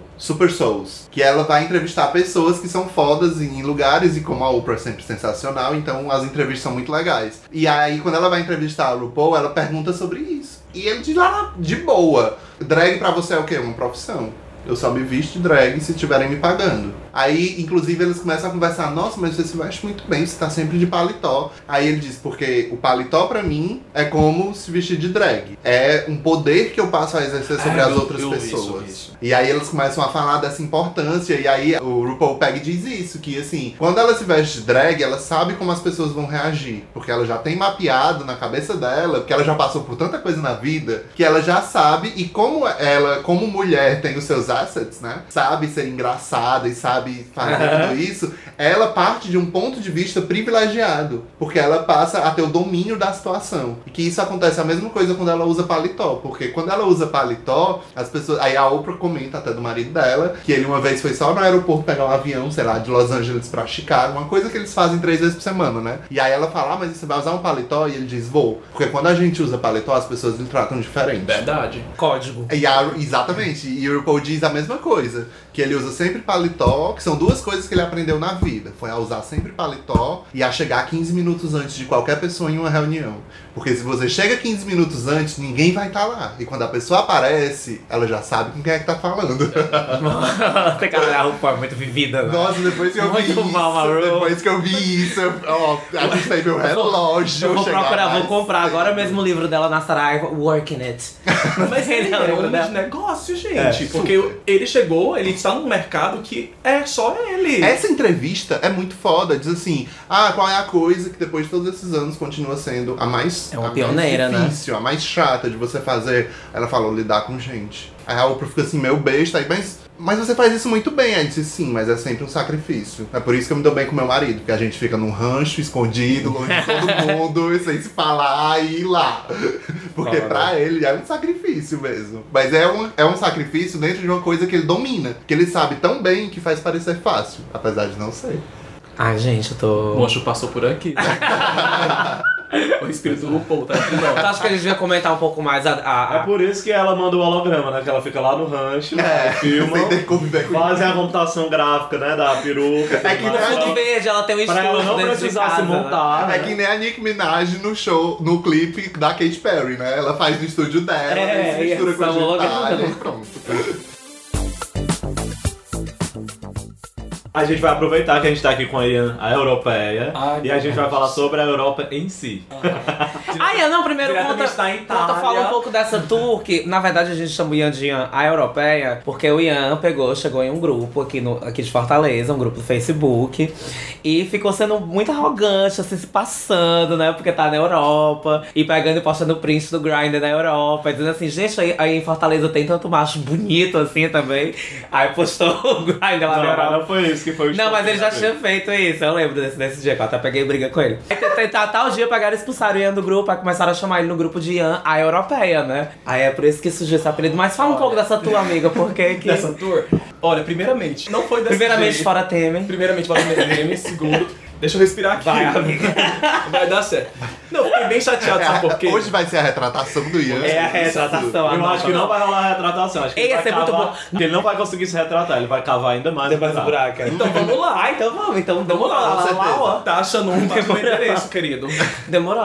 Souls, que ela vai entrevistar pessoas que são fodas em lugares, e como a Oprah é sempre sensacional, então as entrevistas são muito legais. E aí, quando ela vai entrevistar a RuPaul, ela pergunta sobre isso. E ele diz lá, de boa, drag pra você é o quê? Uma profissão. Eu só me visto de drag se estiverem me pagando. Aí, inclusive, eles começam a conversar. Nossa, mas você se veste muito bem, você tá sempre de paletó. Aí ele diz, porque o paletó pra mim é como se vestir de drag. É um poder que eu passo a exercer sobre as outras eu vi pessoas. isso. E aí eles começam a falar dessa importância. E aí o RuPaul pega e diz isso, que assim, quando ela se veste de drag, ela sabe como as pessoas vão reagir. Porque ela já tem mapeado na cabeça dela, porque ela já passou por tanta coisa na vida, que ela já sabe. E como ela, como mulher, tem os seus assets, né? Sabe ser engraçada e sabe fazer tudo isso, ela parte de um ponto de vista privilegiado, porque ela passa a ter o domínio da situação. E que isso acontece a mesma coisa quando ela usa paletó, porque quando ela usa paletó, as pessoas... Aí a Oprah comenta até do marido dela, que ele uma vez foi só no aeroporto pegar um avião, sei lá, de Los Angeles pra Chicago, uma coisa que eles fazem 3 vezes por semana, né? E aí ela fala, mas você vai usar um paletó? E ele diz, vou. Porque quando a gente usa paletó, as pessoas lhe tratam diferente. Verdade. Código. Exatamente, e o RuPaul diz a mesma coisa, que ele usa sempre paletó, que são 2 coisas que ele aprendeu na vida. Foi a usar sempre paletó e a chegar 15 minutos antes de qualquer pessoa em uma reunião. Porque se você chega 15 minutos antes, ninguém vai estar lá. E quando a pessoa aparece, ela já sabe com quem é que tá falando. Tem cara, a RuPaul é muito vivida, né? Nossa, depois que eu vi Muito mal, Maru. isso, depois que eu vi isso, ó, ajustei meu relógio. Eu vou chegar procurar, mais vou comprar agora mesmo o livro dela na Saraiva, Working It. Mas ele é um de negócio, gente. Porque super. ele chegou, ele está num mercado que é só ele. Essa entrevista é muito foda. Diz assim, qual é a coisa que depois de todos esses anos continua sendo a mais É uma a pioneira, mais difícil, a mais chata de você fazer? Ela falou, lidar com gente. Aí a Oprah fica assim, meio besta, aí, mas você faz isso muito bem. Aí disse, sim, mas é sempre um sacrifício. É por isso que eu me dou bem com meu marido, porque a gente fica num rancho, escondido, longe de todo mundo, sem se falar e ir lá. Porque pra ele é um sacrifício mesmo. Mas é um sacrifício dentro de uma coisa que ele domina, que ele sabe tão bem que faz parecer fácil, apesar de não ser. Ai, gente, eu tô... O monstro passou por aqui. O espírito do RuPaul, tá aqui não. Eu acho que a gente devia comentar um pouco mais É por isso que ela manda o holograma, né? Que ela fica lá no rancho, filma, sem ter que conviver com fazem a computação gráfica, né? Da peruca. É que No fundo verde, ela tem um pra ela estúdio não dentro de precisar casa, se montar. É né? que nem a Nicki Minaj no show, no clipe da Katy Perry, né? Ela faz no estúdio dela, É, se mistura e com a essa holograma. digital e pronto. A gente vai aproveitar que a gente tá aqui com a Ian, a europeia, Ai, e a gente vai falar sobre a Europa em si. Ah, Ian, não, primeiro Diretamente conta, da Itália. fala um pouco dessa tour, que na verdade a gente chama o Ian de Ian a europeia, porque o Ian chegou em um grupo aqui de Fortaleza, um grupo do Facebook, e ficou sendo muito arrogante, assim, se passando, né, porque tá na Europa, e pegando e postando print do Grindr na Europa, dizendo assim, gente, aí em Fortaleza tem tanto macho bonito assim também, aí postou o Grindr lá na Não, Europa. não foi isso que foi o Não, mas ele já estopim da tinha feito isso, eu lembro desse dia, que eu até peguei briga com ele. Aí tal dia pegaram e expulsaram o Ian do grupo, aí começaram a chamar ele no grupo de Ian, a europeia, né? Aí é por isso que surgiu esse apelido. Mas fala um pouco dessa tua amiga, porque que... Dessa tour? Olha, primeiramente, não foi desse Primeiramente, jeito. fora Temer. Primeiramente, fora Temer. Segundo, deixa eu respirar aqui. Vai, amiga. Vai dar certo. Não, eu fiquei bem chateado, sabe por quê? Hoje vai ser a retratação do Ian. É a retratação. Eu acho que não vai rolar a retratação. Acho que Ei, ele ia vai ser muito cavar, bom. porque ele não vai conseguir se retratar, ele vai cavar ainda mais o Depois do buraco. Então vamos lá. Ah, então vamos. Então demorou. Vamos lá, com certeza. ó. Tá achando um, tá no endereço, querido. Demorou.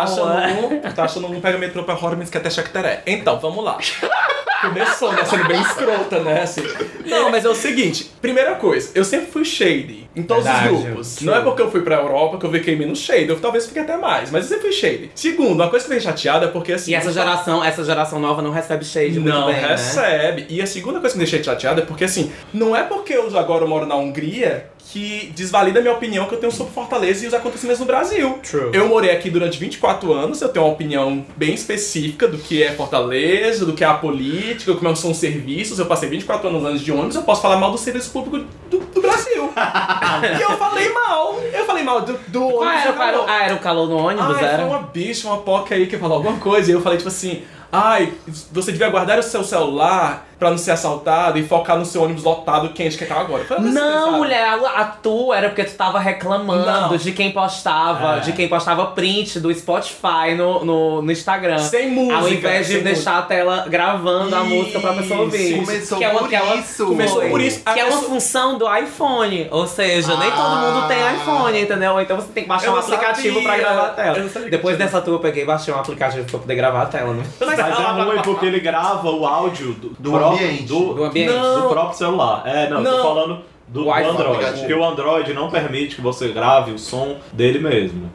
Tá achando um, pega metrô pra Hormins que até Chacteré. Então, vamos lá. Começou, né? Sendo bem escrota, né? Assim. Não, mas é o seguinte. Primeira coisa, eu sempre fui shady em todos Verdade, os grupos. true. Não é porque eu fui pra Europa que eu fiquei menos shady. Eu talvez fique até mais, mas eu sempre fui shady. Segundo, uma coisa que me deixa chateada é porque assim... E essa geração nova não recebe shade muito Não bem, né? recebe. E a segunda coisa que me deixei chateada é porque, assim, não é porque eu agora moro na Hungria que desvalida a minha opinião que eu tenho sobre Fortaleza e os acontecimentos no Brasil. True. Eu morei aqui durante 24 anos, eu tenho uma opinião bem específica do que é Fortaleza, do que é a política, como são os serviços. Eu passei 24 anos de ônibus, eu posso falar mal do serviço público do Brasil. E eu falei mal. Eu falei mal do ônibus. Qual era o do calor? calor. Ah, era o calor no ônibus, Ai, era? foi uma bicha, uma poca aí que falou alguma coisa. E eu falei, tipo assim, ai, você devia guardar o seu celular pra não ser assaltado e focar no seu ônibus lotado quente que tava agora. Foi assim, Não, sabe? mulher, a tua era porque tu tava reclamando Não. de quem postava print do Spotify no Instagram. Sem música. Ao invés de sem deixar a tela gravando a música pra pessoa ouvir. Começou Que é uma- por que é uma- isso. Começou por isso. Que é uma função do iPhone. Ou seja, nem todo mundo tem iPhone, entendeu? Então você tem que baixar Eu um não aplicativo sabia. pra gravar a Eu tela. não sabia que Depois tinha. dessa tua eu peguei e baixei um aplicativo pra poder gravar a tela, né? Mas é ruim porque ele grava o áudio do ambiente. Do ambiente. Não. do próprio celular. Eu Não. tô falando do Wi-Fi. Android. Porque o Android não permite que você grave o som dele mesmo.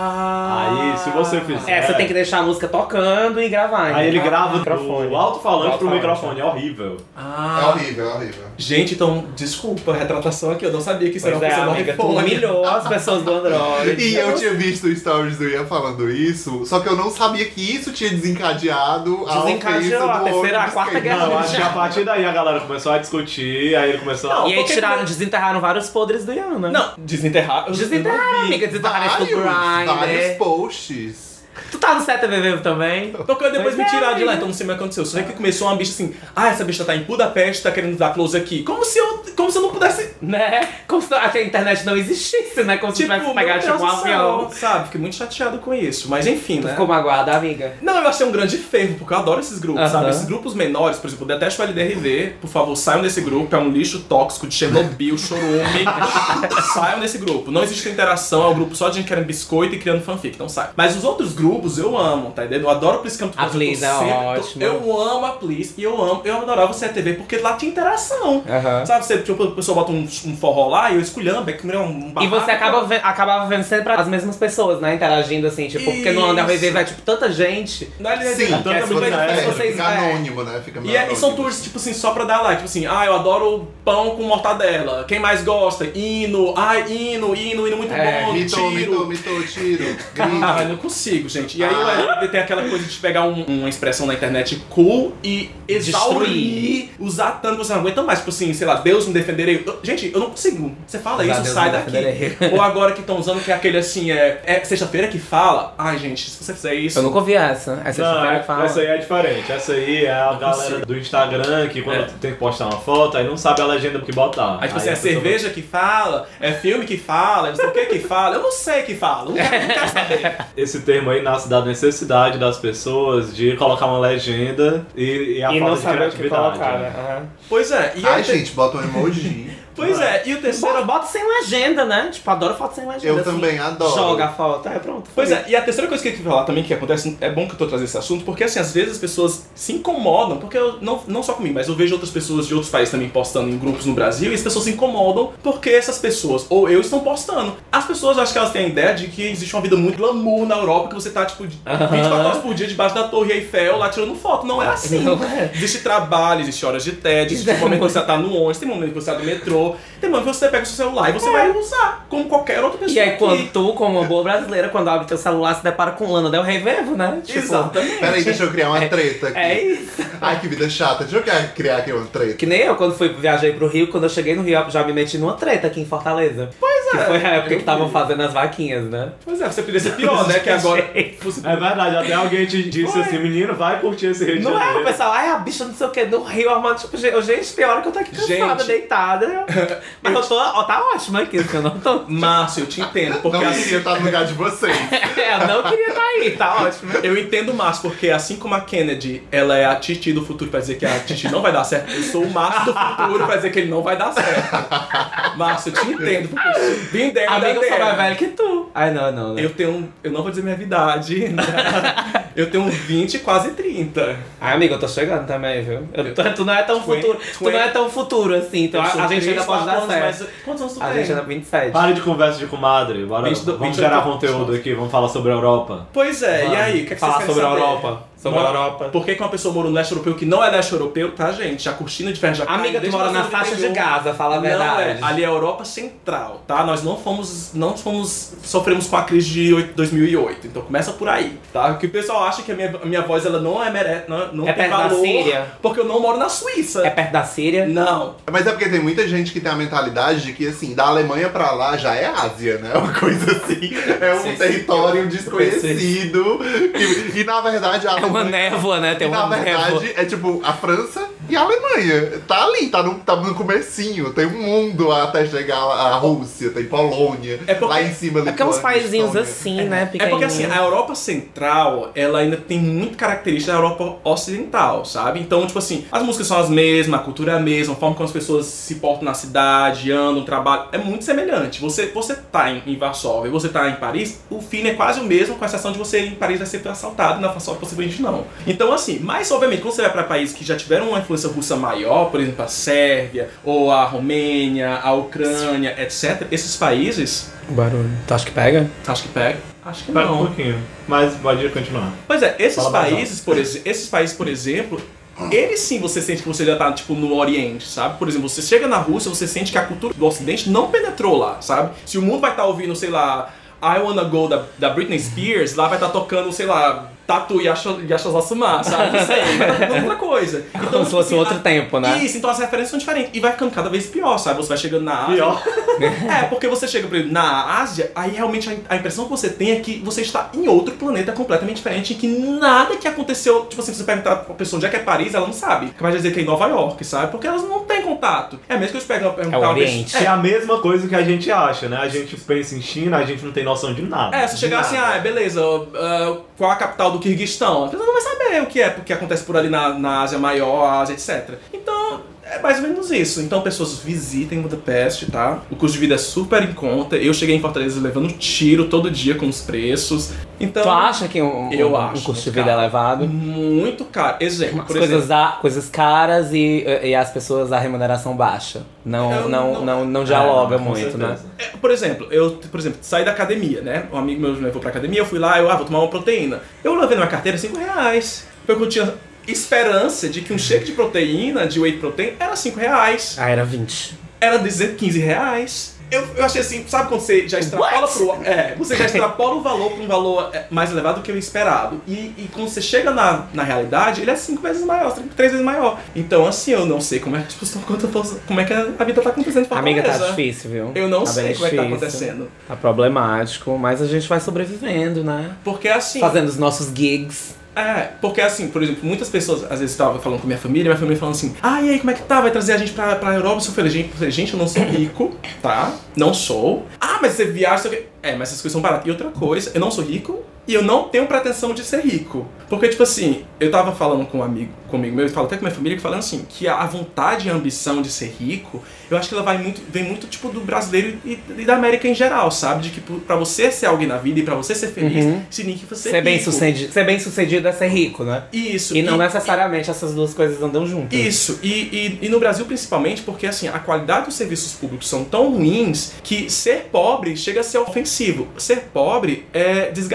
Aí, se você fizer... Você tem que deixar a música tocando e gravar. Aí ele grava microfone. do alto-falante pro Alto-falante. microfone. É horrível. É horrível, é horrível. Gente, então, desculpa a retratação aqui. Eu não sabia que isso era Pois uma é, função do amiga, tu iPhone. humilhou as pessoas do Android. E eu tinha visto o stories do Ian falando isso, só que eu não sabia que isso tinha desencadeado a Desencadeou a terceira, a quarta guerra. Não, acho que a partir daí a galera começou a discutir, aí ele começou a... E aí desenterraram vários podres do Ian, né? Não, desenterrar. Desenterraram, amiga. Desenterraram isso do vários Grindr. posts. Tu tá no CTV também? Porque depois Pois me é, tiraram de lá, amiga. então não sei o que aconteceu. Só sei que começou uma bicha assim, essa bicha tá em Budapeste, tá querendo dar close aqui. Como se eu não pudesse. Né? Como se a internet não existisse, né? Como se tivesse meu pegado Deus tipo um do céu, avião. sabe? Fiquei muito chateado com isso. Mas enfim, Tu né? ficou magoada, amiga? Não, eu achei um grande fervo, porque eu adoro esses grupos, Aham. sabe? Esses grupos menores, por exemplo, eu detesto o LDRV, por favor, saiam desse grupo, é um lixo tóxico de Chernobyl, chorume. Saiam desse grupo. Não existe interação, é um grupo só de gente querendo biscoito e criando fanfic, então sai. Mas os outros grupos eu amo, tá entendendo? Eu adoro o Please Come to A Us, eu tô Please é sempre- ótimo. Eu amo a Please e eu adorava o CTV porque lá tinha interação. Aham. Sabe, você, tipo, a pessoa bota um forró lá e eu esculhamba, é que é um E barraco. você acabava vendo sempre as mesmas pessoas, né? Interagindo assim, tipo, porque no LDRV vai, tipo, tanta gente. Não é LDRV, Sim, tanto tanto muito fica, mais- vocês- fica anônimo, né? Fica meio E são anônimo. tours, tipo assim, só pra dar like. Tipo assim, eu adoro pão com mortadela. Quem mais gosta? Hino. Hino muito bom. Mitou, tiro. Ah, eu Grito. não consigo, gente. E aí o LDRV tem aquela coisa de pegar uma expressão na internet cool e exaurir, usar tanto que você não aguenta mais. Tipo assim, sei lá, Deus me defenderei. Gente, eu não consigo. Você fala Usar isso, Deus sai me daqui. defenderei. Ou agora que estão usando que é aquele assim, é sexta-feira que fala. Ai, gente, se você fizer isso. Eu nunca ouvi essa. Essa Não, é que fala. essa aí é diferente. Essa aí é a galera do Instagram que quando tu tem que postar uma foto, aí não sabe a legenda do que botar. Aí, tipo assim, a é pessoa- cerveja que fala, é filme que fala, não sei o que fala. Eu não sei que fala, não quero saber. Esse termo aí nasce da necessidade das pessoas de colocar uma legenda e a E falta não de saber o que criatividade. colocar, né? né? Aham. Pois é, e Ai, aí, gente, bota um emoji. pois é, e o terceiro... Bota sem legenda, né? Tipo, adoro foto sem legenda. Eu assim. também adoro. Joga a foto. Pronto. Pois foi. é, e a terceira coisa que eu queria falar também que acontece, é bom que eu tô trazendo esse assunto, porque assim, às vezes as pessoas se incomodam, porque eu, não só comigo, mas eu vejo outras pessoas de outros países também postando em grupos no Brasil, e as pessoas se incomodam porque essas pessoas, ou eu, estão postando. As pessoas, acho que elas têm a ideia de que existe uma vida muito glamour na Europa, que você tá, tipo, 24 horas por dia debaixo da Torre Eiffel, lá tirando foto. Não é assim. Não é. Existe trabalho, existe horas de tédio, existe momento que você tá no ônibus, tem momento que você tá no metrô, tem momento que você pega o seu celular e você vai usar, como qualquer outra pessoa. E aí, aqui. quando tu, como uma boa brasileira, quando abre teu celular, se depara com Lana Del Rey Vevo, né? Tipo, Exatamente. Peraí, deixa eu criar uma treta aqui. É isso. Ai, que vida chata. Deixa eu criar aqui uma treta. Que nem eu, quando viajei pro Rio, quando eu cheguei no Rio, eu já me meti numa treta aqui em Fortaleza. Pois é. Que foi a época que eu estavam vi. fazendo as vaquinhas, né? Pois é, você poderia ser pior, né? Que agora. É verdade, até alguém te disse assim, menino, vai curtir esse Rio de Não é, o Janeiro. pessoal, ai, a bicha não sei o que, no Rio, armando, tipo, gente, tem hora que eu tô aqui cansada, Gente. deitada. Mas eu tô, ó, tá ótimo aqui, que eu não tô... Márcio, eu te entendo, porque Não assim. queria estar no lugar de vocês. Eu não queria estar aí, tá ótimo. Eu entendo o Márcio, porque assim como a Kennedy, ela é a Titi do futuro pra dizer que a Titi não vai dar certo, eu sou o Márcio do futuro pra dizer que ele não vai dar certo. Márcio, eu te entendo, porque eu vim dela. Amiga, eu sou mais velho que tu. Ai, não. Eu não vou dizer minha idade. Eu tenho 20, quase 30. Ai, amiga, eu tô chegando também, viu? Tu não é tão futuro. Tu não é tão futuro assim, então Eu sou a gente 3, ainda pode 4 dar anos, certo. mas quantos anos tu A tem? gente ainda 27. Pare de conversa de comadre, bora, 22, vamos 28, gerar conteúdo aqui, vamos falar sobre a Europa. Pois é, e aí? O que, é que Falar vocês querem sobre a saber? Europa. Sobre a Europa. Por que uma pessoa mora no leste europeu que não é leste europeu, tá, gente? A cortina de ferro já caiu Amiga, tu desde mora na 1981. faixa de Gaza, fala a verdade. Não, ali é a Europa Central, tá? Nós sofremos com a crise de 2008, então começa por aí, tá? Porque o pessoal acha que a minha voz, ela não não É tem perto da valor, Síria? porque eu não moro na Suíça. É perto da Síria? Não. Mas é porque tem muita gente que tem a mentalidade de que, assim, da Alemanha pra lá já é Ásia, né? Uma coisa assim. É um território desconhecido. E na verdade, a É uma Alemanha... névoa, né? Tem E, na uma névoa. verdade, é tipo a França e a Alemanha. Tá ali, tá no comecinho. Tem um mundo até chegar à Rússia, tem Polônia. É porque- lá em cima É porque é uns Lituânia, paizinhos Estônia. assim, né? É porque assim, a Europa Central, ela ainda tem muito característica da Europa Ocidental, sabe? Então, tipo assim, as músicas são as mesmas, a cultura é a mesma, a forma como as pessoas se portam na cidade, andam, trabalham, é muito semelhante. Você tá em Varsóvia e você tá em Paris, o fim é quase o mesmo, com exceção de você ir em Paris vai ser assaltado e na Varsóvia possivelmente não. Então, assim, mas obviamente, quando você vai pra países que já tiveram uma influência russa maior, por exemplo, a Sérvia, ou a Romênia, a Ucrânia, etc., esses países, Barulho. Tu acha que pega? acho que pega. Acho que Pera um não. pouquinho, mas pode continuar. Pois é, esses Fala mais países, por exemplo, eles sim você sente que você já tá, tipo, no Oriente, sabe? Por exemplo, você chega na Rússia, você sente que a cultura do Ocidente não penetrou lá, sabe? Se o mundo vai estar ouvindo, sei lá, I Wanna Go da Britney Spears, lá vai estar tocando, sei lá, Tatu e Yashazasuma, sabe? Não sei, vai estar tocando outra coisa. Então, Como se fosse assim, outro tempo, né? Isso, então as referências são diferentes. E vai ficando cada vez pior, sabe? Você vai chegando na Ásia. Pior? É, porque você chega, por exemplo, na Ásia, aí realmente a impressão que você tem é que você está em outro planeta completamente diferente, em que nada que aconteceu, tipo assim, se você perguntar pra pessoa onde é que é Paris, ela não sabe. Capaz de dizer que é em Nova York, sabe? Porque elas não têm contato. É mesmo que eu perguntar É o uma Oriente. É a mesma coisa que a gente acha, né? A gente pensa em China, a gente não tem noção de nada. É, se chegar assim, beleza, qual a capital do Quirguistão? A pessoa não vai saber o que é, porque acontece por ali na Ásia Maior, Ásia, etc. Então, é mais ou menos isso. Então, pessoas visitem Budapeste, tá? O custo de vida é super em conta. Eu cheguei em Fortaleza levando tiro todo dia com os preços. Então, Tu acha que um acho custo de muito vida caro. elevado? Muito caro. Exemplo, As por exemplo. coisas caras e as pessoas a remuneração baixa. Não dialoga com muito, né? certeza. Por exemplo, eu saí da academia, né? Um amigo meu me levou pra academia, eu fui lá, vou tomar uma proteína. Eu levei na minha carteira R$5. Porque eu tinha esperança de que um shake de proteína, de whey protein, era R$5. Ah, era 20. Era R$15. Eu achei assim, sabe quando você já extrapola você já extrapola o valor para um valor mais elevado do que o esperado. E quando você chega na realidade, ele é 5 vezes maior, 3 vezes maior. Então, assim, eu não sei como é que as pessoas como é que a vida tá acontecendo em Fortaleza. Amiga, tá difícil, viu? Eu não Tá sei bem como é que tá difícil. acontecendo. Tá problemático, mas a gente vai sobrevivendo, né? Porque assim. Fazendo os nossos gigs. Porque assim, por exemplo, muitas pessoas, às vezes estavam falando com minha família falando assim, e aí, como é que tá? Vai trazer a gente pra Europa? Eu falei, gente, eu não sou rico, tá? Não sou. Mas você viaja, sei o quê. Mas essas coisas são baratas. E outra coisa, eu não sou rico e eu não tenho pretensão de ser rico. Porque, tipo assim, eu tava falando com um amigo meu, e falo até com minha família, falando assim, que a vontade e a ambição de ser rico, eu acho que ela vem muito, tipo, do brasileiro e da América em geral, sabe? De que pra você ser alguém na vida e pra você ser feliz, significa você Ser bem sucedido é ser rico, né? Isso. E não necessariamente essas duas coisas andam juntas. Isso, e no Brasil principalmente porque assim, a qualidade dos serviços públicos são tão ruins que ser pobre chega a ser ofensivo. Ser pobre é desgastante,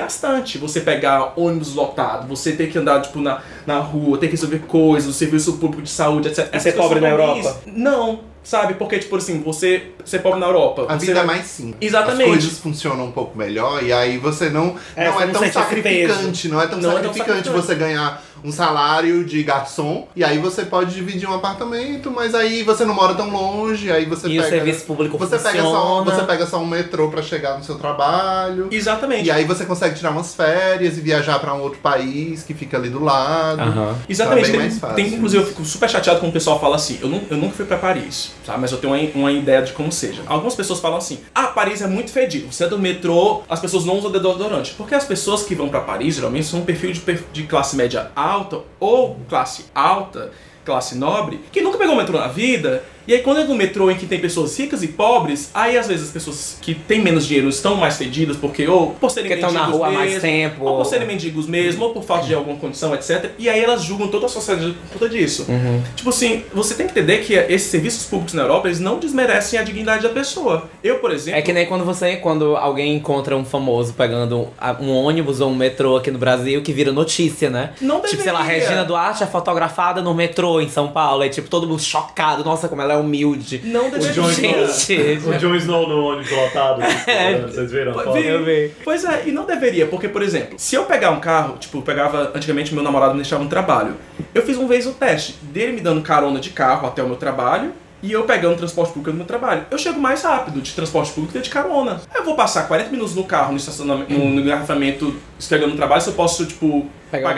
desgastante você pegar ônibus lotado, você ter que andar, tipo, na rua, ter que resolver coisas, o serviço público de saúde, etc. E ser pobre na Europa? Não, sabe? Porque, tipo assim, você ser pobre na Europa... A você vida é mais simples. Exatamente. As coisas funcionam um pouco melhor e aí você não é você não tão sente esse sacrificante. Não é tão sacrificante você ganhar um salário de garçom e aí você pode dividir um apartamento, mas aí você não mora tão longe, aí você E pega... o serviço público você funciona. você pega só um metrô pra chegar no seu trabalho. Exatamente. E aí você consegue tirar umas férias e viajar pra um outro país que fica ali do lado. Exatamente. Então é bem mais fácil. Inclusive, eu fico super chateado quando o pessoal fala assim, eu nunca fui pra Paris, sabe? Mas eu tenho uma ideia de como seja. Algumas pessoas falam assim, Paris é muito fedido. Você é do metrô, as pessoas não usam desodorante. Porque as pessoas que vão pra Paris, geralmente, são um perfil de classe média alta ou classe alta, classe nobre, que nunca pegou o metrô na vida. E aí quando é no metrô em que tem pessoas ricas e pobres, aí às vezes as pessoas que têm menos dinheiro estão mais fedidas porque ou por serem Porque mendigos estão na rua há mesmo, mais tempo. ou por serem mendigos mesmo, ou por falta de alguma condição, etc. E aí elas julgam toda a sociedade por conta disso. Tipo assim, você tem que entender que esses serviços públicos na Europa, eles não desmerecem a dignidade da pessoa. Eu, por exemplo... É que nem quando alguém encontra um famoso pegando um ônibus ou um metrô aqui no Brasil que vira notícia, né? Não Tipo, sei lá, deveria. Regina Duarte é fotografada no metrô em São Paulo. Aí, tipo, todo mundo chocado. Nossa, como ela é humilde. Não deveria. O Jon Snow no ônibus lotado. Vocês viram a foto? Eu vi. Pois é, e não deveria, porque, por exemplo, se eu pegar um carro, tipo, eu pegava, antigamente meu namorado me deixava no trabalho. Eu fiz uma vez o teste dele me dando carona de carro até o meu trabalho e eu pegando transporte público no meu trabalho. Eu chego mais rápido de transporte público que de carona. Eu vou passar 40 minutos no carro, no estacionamento, no engarrafamento, chegando no trabalho, se eu posso, tipo,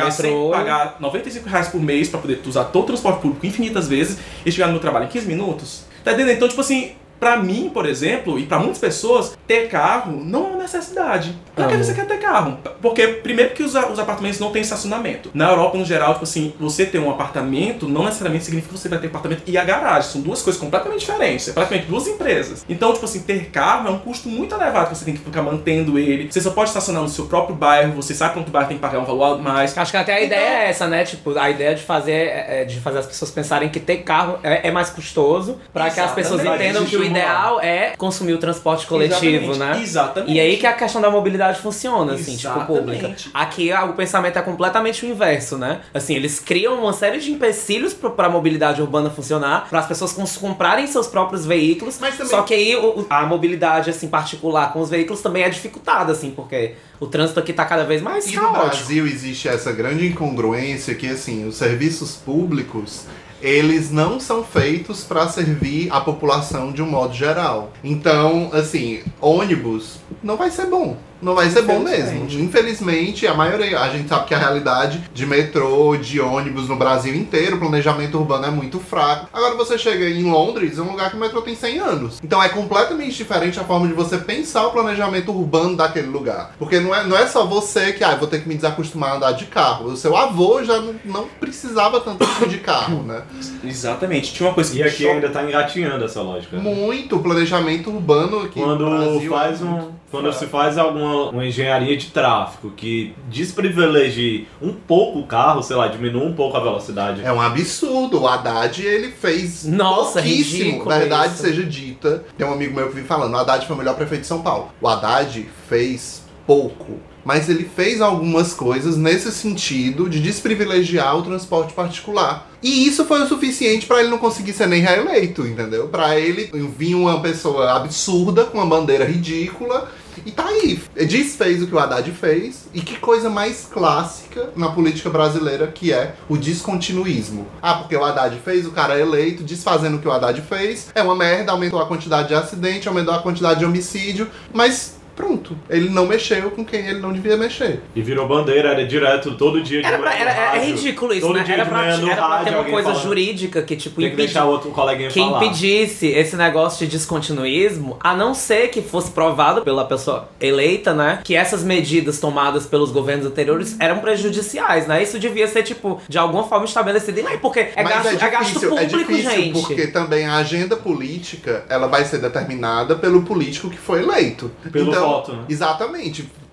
pagar R$95 por mês pra poder usar todo o transporte público infinitas vezes e chegar no meu trabalho em 15 minutos. Tá entendendo? Então, tipo assim, pra mim, por exemplo, e pra muitas pessoas, ter carro não é uma necessidade. Pra que você quer ter carro? Porque, primeiro, que os apartamentos não têm estacionamento. Na Europa, no geral, tipo assim, você ter um apartamento não necessariamente significa que você vai ter apartamento e a garagem. São duas coisas completamente diferentes. É praticamente duas empresas. Então, tipo assim, ter carro é um custo muito elevado que você tem que ficar mantendo ele. Você só pode estacionar no seu próprio bairro. Você sabe quanto bairro tem que pagar um valor a mais. Acho que até a ideia é essa, né? Tipo, a ideia de fazer as pessoas pensarem que ter carro é mais custoso pra que as pessoas entendam que o ideal é consumir o transporte coletivo, né? Exatamente. E aí que a questão da mobilidade funciona, assim, tipo, Exatamente. pública. Aqui o pensamento é completamente o inverso, né? Assim, eles criam uma série de empecilhos pra mobilidade urbana funcionar, para as pessoas comprarem seus próprios veículos. Mas também... Só que aí a mobilidade, assim, particular com os veículos também é dificultada, assim, porque o trânsito aqui tá cada vez mais E no caótico. Brasil existe essa grande incongruência que, assim, os serviços públicos, eles não são feitos para servir a população de um modo geral. Então, assim, ônibus não vai ser bom. Não vai ser bom mesmo. Infelizmente, a maioria, a gente sabe que a realidade de metrô, de ônibus no Brasil inteiro, o planejamento urbano é muito fraco. Agora você chega em Londres, é um lugar que o metrô tem 100 anos. Então é completamente diferente a forma de você pensar o planejamento urbano daquele lugar. Porque não é só você que, vou ter que me desacostumar a andar de carro. O seu avô já não precisava tanto de carro, né? Exatamente. Tinha uma coisa que E aqui ainda tá engatinhando essa lógica. Muito o planejamento urbano aqui no Brasil. Quando se faz uma engenharia de tráfego que desprivilegie um pouco o carro, sei lá, diminui um pouco a velocidade. É um absurdo. O Haddad, ele fez Nossa, pouquíssimo. ridículo Verdade isso. seja dita. Tem um amigo meu que vive falando, o Haddad foi o melhor prefeito de São Paulo. O Haddad fez pouco. Mas ele fez algumas coisas nesse sentido de desprivilegiar o transporte particular. E isso foi o suficiente pra ele não conseguir ser nem reeleito, entendeu? Pra ele vir uma pessoa absurda, com uma bandeira ridícula, e tá aí. Desfez o que o Haddad fez, e que coisa mais clássica na política brasileira, que é o descontinuismo. Porque o Haddad fez, o cara é eleito, desfazendo o que o Haddad fez, é uma merda, aumentou a quantidade de acidente, aumentou a quantidade de homicídio, mas... pronto. Ele não mexeu com quem ele não devia mexer. E virou bandeira, era direto, todo dia de manhã no É rádio. ridículo isso, Todo né? dia Era de pra manhã no ter rádio, uma alguém coisa falando. jurídica que, tipo, Tem que deixar o outro coleguinha que falar. impedisse esse negócio de descontinuismo, a não ser que fosse provado pela pessoa eleita, né? Que essas medidas tomadas pelos governos anteriores eram prejudiciais, né? Isso devia ser, tipo, de alguma forma estabelecido em lei, porque é gasto público, gente. Porque também a agenda política, ela vai ser determinada pelo político que foi eleito. Pelo voto, né? Exatamente.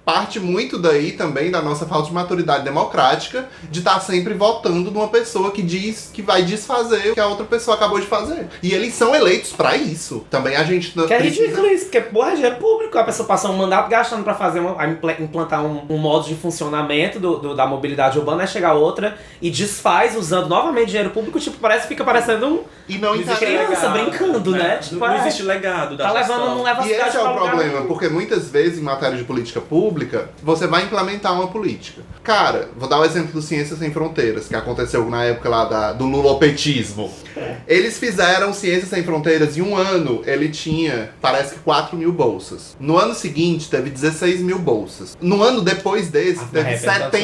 parte muito daí também da nossa falta de maturidade democrática, de estar sempre votando numa pessoa que diz que vai desfazer o que a outra pessoa acabou de fazer. E eles são eleitos pra isso. Também a gente não Que é precisa... ridículo isso, porque, porra, é dinheiro público. A pessoa passa um mandato gastando pra fazer implantar um modo de funcionamento da mobilidade urbana, aí chega outra e desfaz usando novamente dinheiro público, tipo, fica parecendo E não existe criança legado, brincando, né? Tipo, não existe legado da tá gestão. levando, não leva a E cidade esse é pra o lugar problema, nenhum. porque muitas vezes, em matéria de política pública, você vai implementar uma política. Cara, vou dar o exemplo do Ciências Sem Fronteiras, que aconteceu na época lá do lulopetismo. Eles fizeram Ciências Sem Fronteiras e um ano ele tinha, parece que 4 mil bolsas. No ano seguinte, teve 16 mil bolsas. No ano depois desse, teve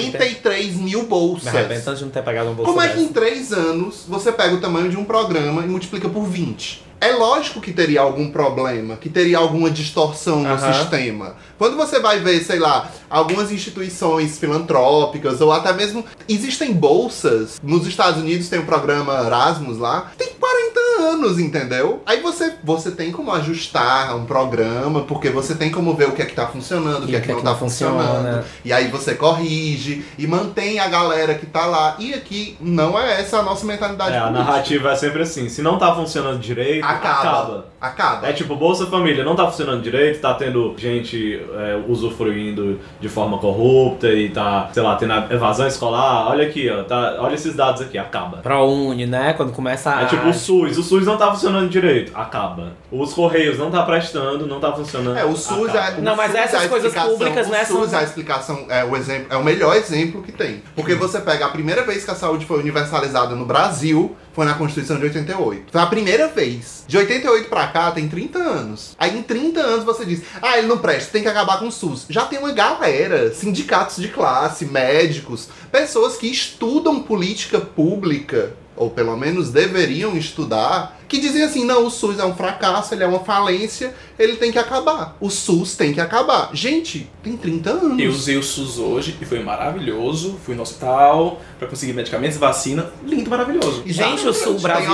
73 mil bolsas. Me arrependo tanto de não ter pagado um bolso Como é que dessa. em 3 anos você pega o tamanho de um programa e multiplica por 20? É lógico que teria algum problema, que teria alguma distorção no sistema. Quando você vai ver, sei lá, algumas instituições filantrópicas, ou até mesmo... Existem bolsas. Nos Estados Unidos tem o programa Erasmus lá. Tem 40 anos, entendeu? Aí você tem como ajustar um programa, porque você tem como ver o que é que tá funcionando, o que é que não tá funcionando. E aí você corrige e mantém a galera que tá lá. E aqui não é essa a nossa mentalidade A política. narrativa é sempre assim, se não tá funcionando direito, acaba. É tipo, Bolsa Família não tá funcionando direito, tá tendo gente usufruindo de forma corrupta e tá, sei lá, tendo evasão escolar. Olha aqui, ó, olha esses dados aqui, acaba. ProUni, né? Quando começa a... É tipo o SUS não tá funcionando direito, acaba. Os Correios não tá prestando, não tá funcionando. O SUS acaba. Não, mas essas coisas públicas, né, O SUS, são- a explicação é o melhor exemplo que tem. Porque você pega a primeira vez que a saúde foi universalizada no Brasil, foi na Constituição de 88. Foi a primeira vez. De 88 pra cá, tem 30 anos. Aí em 30 anos você diz, ele não presta, tem que acabar com o SUS. Já tem uma galera, sindicatos de classe, médicos, pessoas que estudam política pública, ou pelo menos deveriam estudar, que dizem assim, não, o SUS é um fracasso, ele é uma falência, ele tem que acabar. O SUS tem que acabar. Gente, tem 30 anos. Eu usei o SUS hoje e foi maravilhoso. Fui no hospital pra conseguir medicamentos, vacina. Lindo, maravilhoso. Gente, o Brasil,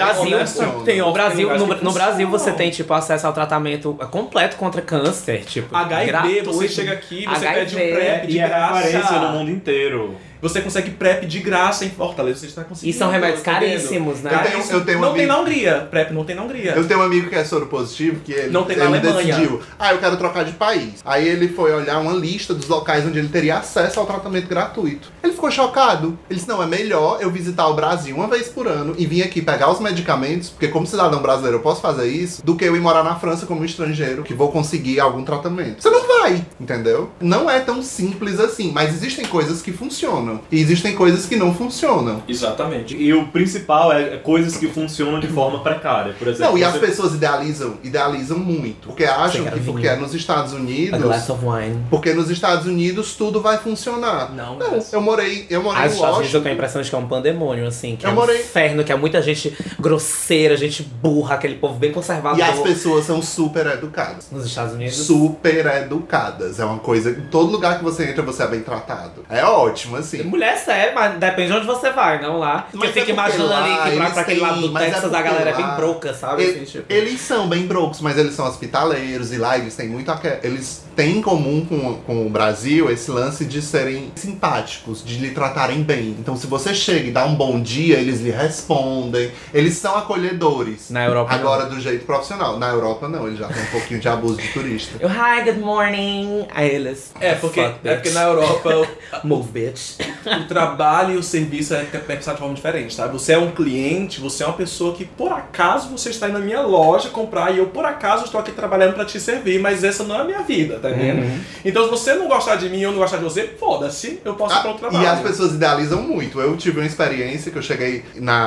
no Brasil você tem tipo acesso ao tratamento completo contra câncer, tipo HIV, gratuito. você chega aqui, você HIV, pede um PrEP de E é referência graça. no mundo inteiro. Você consegue PrEP de graça em Fortaleza, você está conseguindo. E são remédios tá vendo? caríssimos, né? Eu tenho um Não tem amigo- na Hungria. PrEP não tem na Hungria. Eu tenho um amigo que é soro positivo, que ele, Não tem na ele Alemanha. decidiu, eu quero trocar de país. Aí ele foi olhar uma lista dos locais onde ele teria acesso ao tratamento gratuito. Ele ficou chocado. Ele disse, não, é melhor eu visitar o Brasil uma vez por ano e vir aqui pegar os medicamentos, porque como cidadão brasileiro eu posso fazer isso, do que eu ir morar na França como estrangeiro, que vou conseguir algum tratamento. Você não vai, entendeu? Não é tão simples assim, mas existem coisas que funcionam. E existem coisas que não funcionam. Exatamente. E o principal é coisas que funcionam de forma precária. Por exemplo, Não, e as você- pessoas idealizam muito. Porque acham Sim, que porque é nos Estados A Unidos... glass of wine. Porque nos Estados Unidos tudo vai funcionar. Não, Não, mas- eu morei Os em Estados Unidos eu Washington. tenho a impressão de que é um pandemônio, assim, que Eu é um morei- inferno, que é muita gente grosseira, gente burra, aquele povo bem conservador. E as pessoas são super educadas. Nos Estados Unidos. Super educadas. É uma coisa. Em todo lugar que você entra, você é bem tratado. É ótimo, assim. Mulher séria, mas depende de onde você vai, não lá. Mas Você fica é porque imaginando lá ali que eles pra aquele lado do têm- mas é Texas a porque galera é bem lá- broca, sabe? Assim, tipo. Eles são bem brocos, mas eles são hospitaleiros e lá eles têm muito. Eles têm em comum com o Brasil esse lance de serem simpáticos, de lhe tratarem bem. Então, se você chega e dá um bom dia, eles lhe respondem. Eles são acolhedores. Na Europa Agora, do jeito profissional. Na Europa, não. Eles já têm um pouquinho de abuso de turista. Eu, hi, good morning. Aí eles. Porque Fuck, bitch. na Europa Move, bitch. o trabalho e o serviço é pensado de forma diferente, tá? Você é um cliente, você é uma pessoa que por acaso você está indo na minha loja comprar e eu por acaso estou aqui trabalhando pra te servir, mas essa não é a minha vida, tá vendo? Então se você não gostar de mim ou não gostar de você, foda-se, eu posso ir para outro trabalho. E as pessoas idealizam muito. Eu tive uma experiência que eu cheguei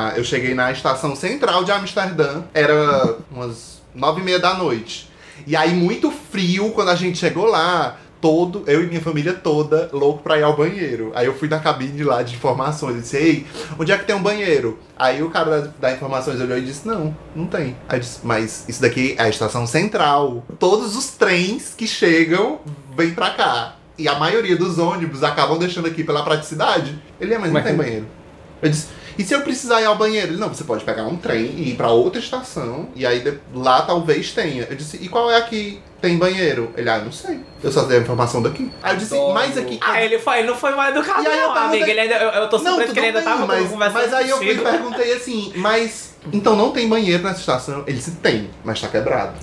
na estação central de Amsterdã, era umas 9h30 da noite. E aí, muito frio, quando a gente chegou lá, eu e minha família toda, louco pra ir ao banheiro. Aí eu fui na cabine lá de informações e disse, ei, onde é que tem um banheiro? Aí o cara da informações olhou e disse, não tem. Aí eu disse, mas isso daqui é a estação central. Todos os trens que chegam vêm pra cá. E a maioria dos ônibus acabam deixando aqui pela praticidade. Ele mas não tem banheiro. Eu disse, E se eu precisar ir ao banheiro? Ele, não, você pode pegar um trem e ir pra outra estação, e aí lá talvez tenha. Eu disse, e qual é aqui? Tem banheiro? Ele, eu não sei. Eu só dei a informação daqui. Aí eu disse, mas aqui... Ele não foi mal educado, E aí eu não, perguntei- amiga. Eu tô surpreso que ele ainda tava conversando mas aí eu fui e contigo. perguntei assim, mas... Então não tem banheiro nessa estação? Ele disse, tem, mas tá quebrado.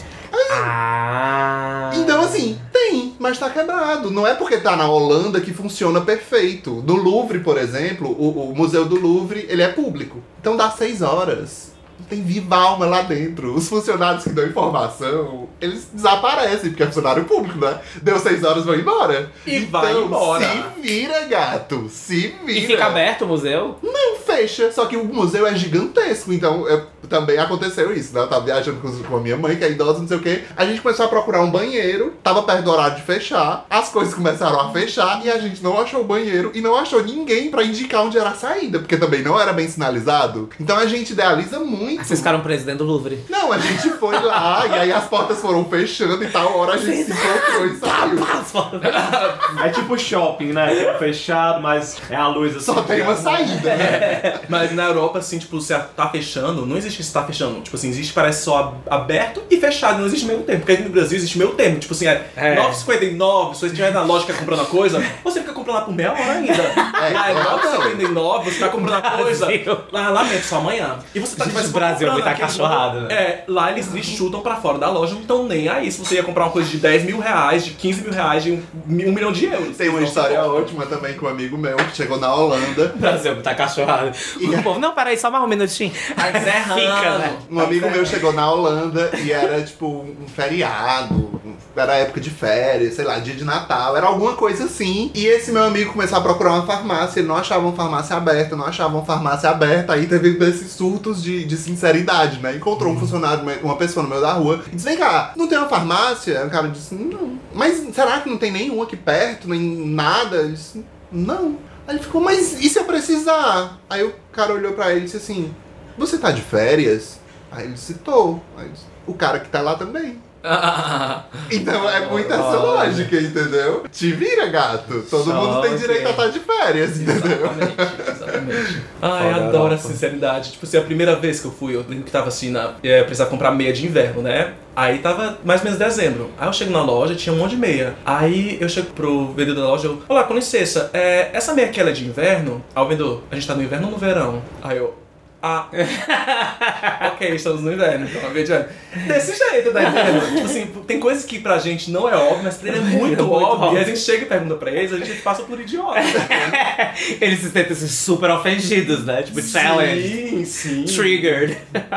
Então assim, tem, mas tá quebrado. Não é porque tá na Holanda que funciona perfeito. No Louvre, por exemplo, o Museu do Louvre, ele é público. Então dá 6 horas. Tem viva alma lá dentro. Os funcionários que dão informação, eles desaparecem, porque é funcionário público, né? Deu 6 horas, vão embora. E vai embora. Se vira, gato. Se vira. E fica aberto o museu? Não fecha, só que o museu é gigantesco, então também aconteceu isso, né? Eu tava viajando com a minha mãe, que é idosa, não sei o quê. A gente começou a procurar um banheiro, tava perto do horário de fechar, as coisas começaram a fechar e a gente não achou o banheiro e não achou ninguém pra indicar onde era a saída, porque também não era bem sinalizado. Então a gente idealiza muito. Vocês ficaram presos dentro do Louvre. Não, a gente foi lá e aí as portas foram fechando e tal hora a gente se encontrou e saiu. É tipo shopping, né? Que é fechado, mas é a luz assim. Só tem uma saída, né? Mas na Europa, assim, tipo, você tá fechando, não existe isso tá fechando. Tipo assim, existe, parece só aberto e fechado, não existe meio tempo. Porque aqui no Brasil existe meio tempo. Tipo assim, 9,59, se você estiver na lógica comprando a coisa, você fica comprando lá por meia hora ainda. Aí 9,59, você tá comprando a coisa, lamento, só amanhã. E você tá Gente, mas o Brasil é comprando muita aqueles cachorrada, né? lá eles chutam pra fora da loja, não estão nem aí. Se você ia comprar uma coisa de 10 mil reais, de 15 mil reais, de 1 milhão de euros. Tem uma Não, história não. ótima também com um amigo meu que chegou na Holanda. O Brasil tá cachorrado. O povo, não, peraí, só mais um minutinho. Tá encerrando. Fica, né? Um amigo meu chegou na Holanda e era tipo um feriado, era época de férias, sei lá, dia de Natal, era alguma coisa assim. E esse meu amigo começou a procurar uma farmácia, ele não achava uma farmácia aberta, aí teve desses surtos de sinceridade, né? Encontrou um funcionário, uma pessoa no meio da rua, e disse, vem cá, não tem uma farmácia? Aí o cara disse, não. Mas será que não tem nenhuma aqui perto, nem nada? Ele disse, não. Aí ele ficou, mas e se eu precisar? Aí o cara olhou pra ele e disse assim, você tá de férias? Aí ele disse, tô. Aí ele disse, o cara que tá lá também. Então é muito essa lógica, entendeu? Te vira, gato. Todo mundo tem direito a estar de férias, entendeu? Exatamente. Ai, adoro a sinceridade. Tipo assim, a primeira vez que eu fui, eu lembro que tava assim, precisava comprar meia de inverno, né? Aí tava mais ou menos dezembro. Aí eu chego na loja, tinha um monte de meia. Aí eu chego pro vendedor da loja, olá, com licença, essa meia aqui ela é de inverno? Aí o vendedor, a gente tá no inverno ou no verão? Aí eu... ok, estamos no inverno, então a meia de inverno. Desse jeito, tá entendendo? Tipo assim, tem coisas que pra gente não é óbvio, mas pra ele é muito óbvio. E a gente chega e pergunta pra eles, a gente passa por idiota. Eles se sentem super ofendidos, né? Tipo, challenge. Sim. Triggered.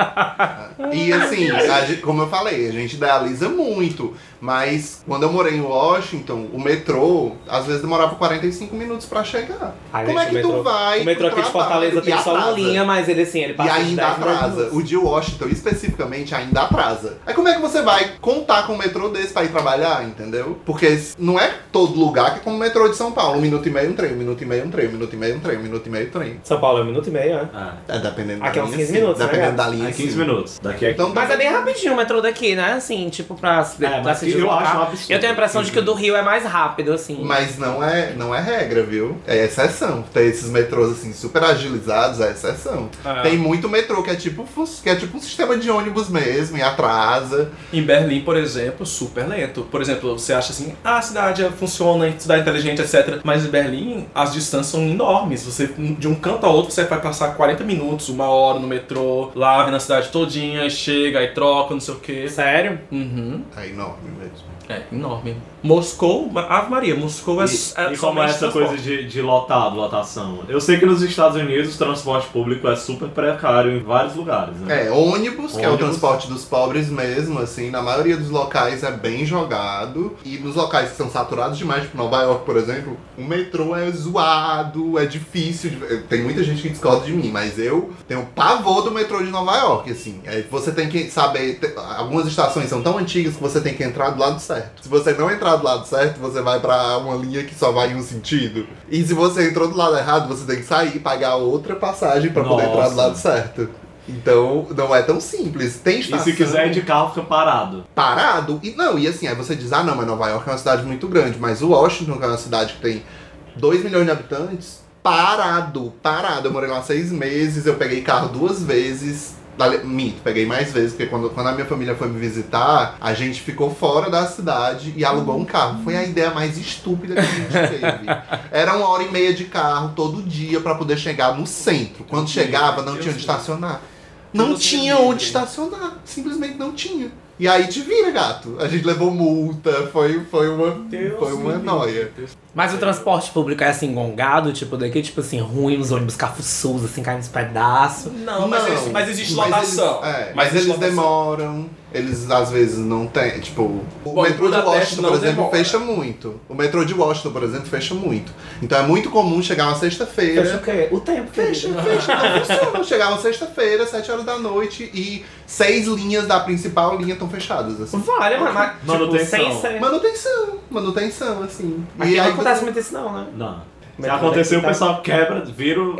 E assim, como eu falei, a gente idealiza muito. Mas quando eu morei em Washington, o metrô às vezes demorava 45 minutos pra chegar. Como é que tu vai? O metrô aqui de Fortaleza tem só uma linha, mas ele assim, ele E passa ainda atrasa. O de Washington, especificamente, ainda atrasa. Aí como é que você vai contar com um metrô desse pra ir trabalhar, entendeu? Porque não é todo lugar que é como o metrô de São Paulo. 1 minuto e meio um trem, 1 minuto e meio um trem, 1 minuto e meio um trem, 1 minuto e meio um trem. São Paulo é 1 minuto e meio, né? Dependendo Aqui da é uns linha, 15 sim. minutos, né, Dependendo gato? da linha, 15 sim. minutos. Daqui a Então, Mas é bem rapidinho o metrô daqui, né? Assim, tipo, pra se mas se eu deslocar. acho um absurdo. Eu tenho a impressão de que o do Rio é mais rápido, assim. Mas não é regra, viu? É exceção. Tem esses metrôs assim super agilizados, é exceção. Tem muito metrô que é tipo um sistema de ônibus mesmo e atrasa. Em Berlim, por exemplo, super lento. Por exemplo, você acha assim, a cidade funciona, cidade inteligente, etc. Mas em Berlim, as distâncias são enormes. Você, de um canto ao outro, você vai passar 40 minutos, 1 hora no metrô, lá vem na cidade todinha, chega, aí troca, não sei o quê. Sério? Uhum. É enorme mesmo. É, enorme. Moscou, Ave Maria, Moscou é E como é essa coisa de lotação? Eu sei que nos Estados Unidos o transporte público é super precário em vários lugares, né? Ônibus, que é o Ônibus. transporte dos pobres mesmo, assim, na maioria dos locais é bem jogado. E nos locais que são saturados demais, tipo Nova York, por exemplo, o metrô é zoado, é difícil. Tem muita gente que discorda de mim, mas eu tenho pavor do metrô de Nova York, assim. Você tem que saber, algumas estações são tão antigas que você tem que entrar do lado certo. Se você não entrar do lado certo, você vai pra uma linha que só vai em um sentido. E se você entrou do lado errado, você tem que sair e pagar outra passagem pra poder entrar do lado certo. Então, não é tão simples. Tem E estação... se quiser ir de carro, fica parado. Parado. E assim, aí você diz, não, mas Nova York é uma cidade muito grande. Mas o Washington, que é uma cidade que tem 2 milhões de habitantes, parado. Eu morei lá 6 meses, eu peguei carro 2 vezes. Minto, peguei mais vezes, porque quando a minha família foi me visitar, a gente ficou fora da cidade e alugou um carro. Foi a ideia mais estúpida que a gente teve. Era 1h30 de carro todo dia pra poder chegar no centro. Quando chegava, não tinha onde estacionar. Não tinha onde estacionar. Simplesmente não tinha. E aí te vira, gato. A gente levou multa, foi uma noia. Mas o transporte público é assim, gongado, tipo, daqui, tipo assim, ruim, os ônibus cafuçus, assim, caindo nos pedaços. Não, mas existe lotação. Mas eles demoram, eles às vezes não tem, tipo... O metrô de Washington, por exemplo, fecha muito. O metrô de Washington, por exemplo, fecha muito. Então é muito comum chegar uma sexta-feira... Fecha o quê? O tempo. Fecha, não funciona. Chegar uma sexta-feira, 7h da noite, e 6 linhas da principal linha estão fechadas, assim. Vale, mas Manutenção, assim. Aqui não acontece muito isso não, né? Não. Se acontecer, o pessoal quebra, vira o...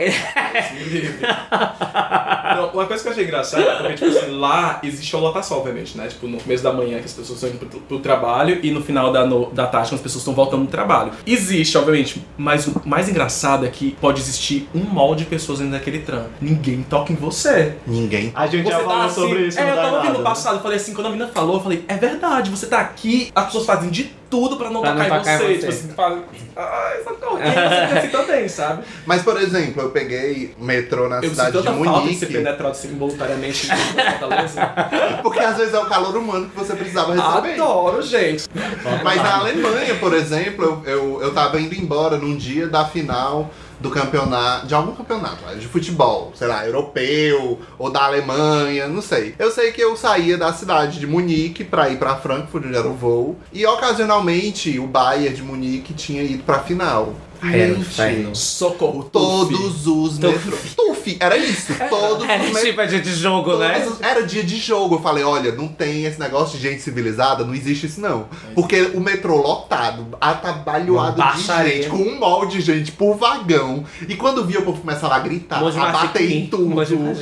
Não, uma coisa que eu achei engraçada é porque, tipo assim, lá existe uma lotação, obviamente, né? Tipo, no começo da manhã que as pessoas estão indo pro trabalho e no final da tarde que as pessoas estão voltando do trabalho. Existe, obviamente, mas o mais engraçado é que pode existir um molde de pessoas dentro daquele tram. Ninguém toca em você. Ninguém. A gente já falou assim, sobre isso. eu tava ouvindo no né? passado, eu falei assim, quando a menina falou, eu falei, é verdade, você tá aqui, as pessoas fazem de tudo pra não tocar em você. Tipo assim, fala, socorro, e você assim também, sabe? Mas, por exemplo, eu peguei metrô na cidade de falta de ser Munique. penetrado assim, involuntariamente na Fortaleza. Porque às vezes é o calor humano que você precisava receber. Adoro, gente. Mas na Alemanha, por exemplo, eu tava indo embora num dia da final do campeonato, de algum campeonato, de futebol, sei lá, europeu, ou da Alemanha, não sei. Eu sei que eu saía da cidade de Munique pra ir pra Frankfurt, onde era o voo, e ocasionalmente o Bayern de Munique tinha ido pra final. Gente, socorro, todos os metrôs. Tuf, era isso. Todos os metrôs. Tipo, é dia de jogo, né? Era dia de jogo. Eu falei, olha, não tem esse negócio de gente civilizada, não existe isso não. Porque o metrô lotado, atabalhoado de gente, com um molde de gente por vagão. E quando via o povo começava a gritar, a bater em tudo.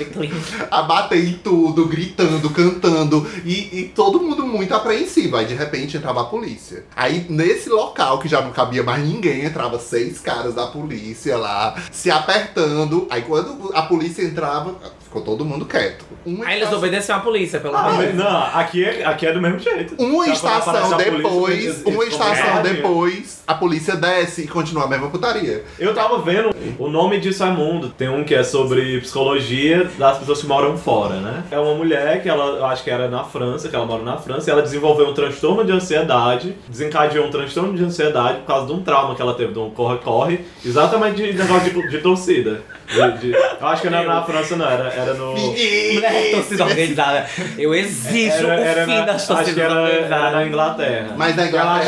A bater em tudo, gritando, cantando. E todo mundo muito apreensivo. Aí de repente entrava a polícia. Aí nesse local que já não cabia mais ninguém, entrava 6 caras da polícia lá, se apertando. Aí quando a polícia entrava, ficou todo mundo quieto. Aí eles obedeciam à polícia, pelo menos. Não, aqui é do mesmo jeito. Uma estação polícia, depois, a polícia desce e continua a mesma putaria. Eu tava vendo, o nome disso é Mundo. Tem um que é sobre psicologia das pessoas que moram fora, né? É uma mulher que eu acho que era na França, que ela mora na França, e ela desenvolveu um transtorno de ansiedade, desencadeou um transtorno de ansiedade por causa de um trauma que ela teve, de um corre-corre, exatamente de negócio de torcida. Eu acho que não era na França, não, era no... Mulher, torcida organizada. Eu exijo o fim das torcidas organizadas. Era na Inglaterra. Mas na Inglaterra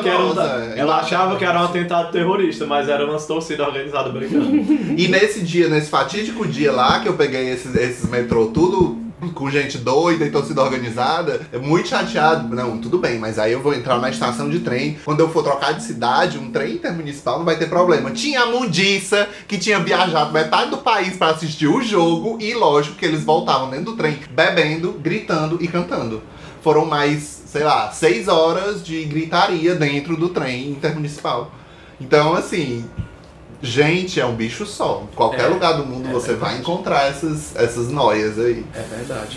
ela achava que era um atentado terrorista, mas era uma torcida organizada brincando. E nesse fatídico dia lá que eu peguei esses metrô tudo com gente doida e torcida organizada, é muito chateado. Não, tudo bem, mas aí eu vou entrar na estação de trem. Quando eu for trocar de cidade, um trem intermunicipal não vai ter problema. Tinha a mundiça que tinha viajado metade do país pra assistir o jogo e lógico que eles voltavam dentro do trem bebendo, gritando e cantando. Foram mais, sei lá, 6 horas de gritaria dentro do trem intermunicipal. Então, assim... Gente, é um bicho só. Em qualquer lugar do mundo você vai encontrar essas noias aí. É verdade.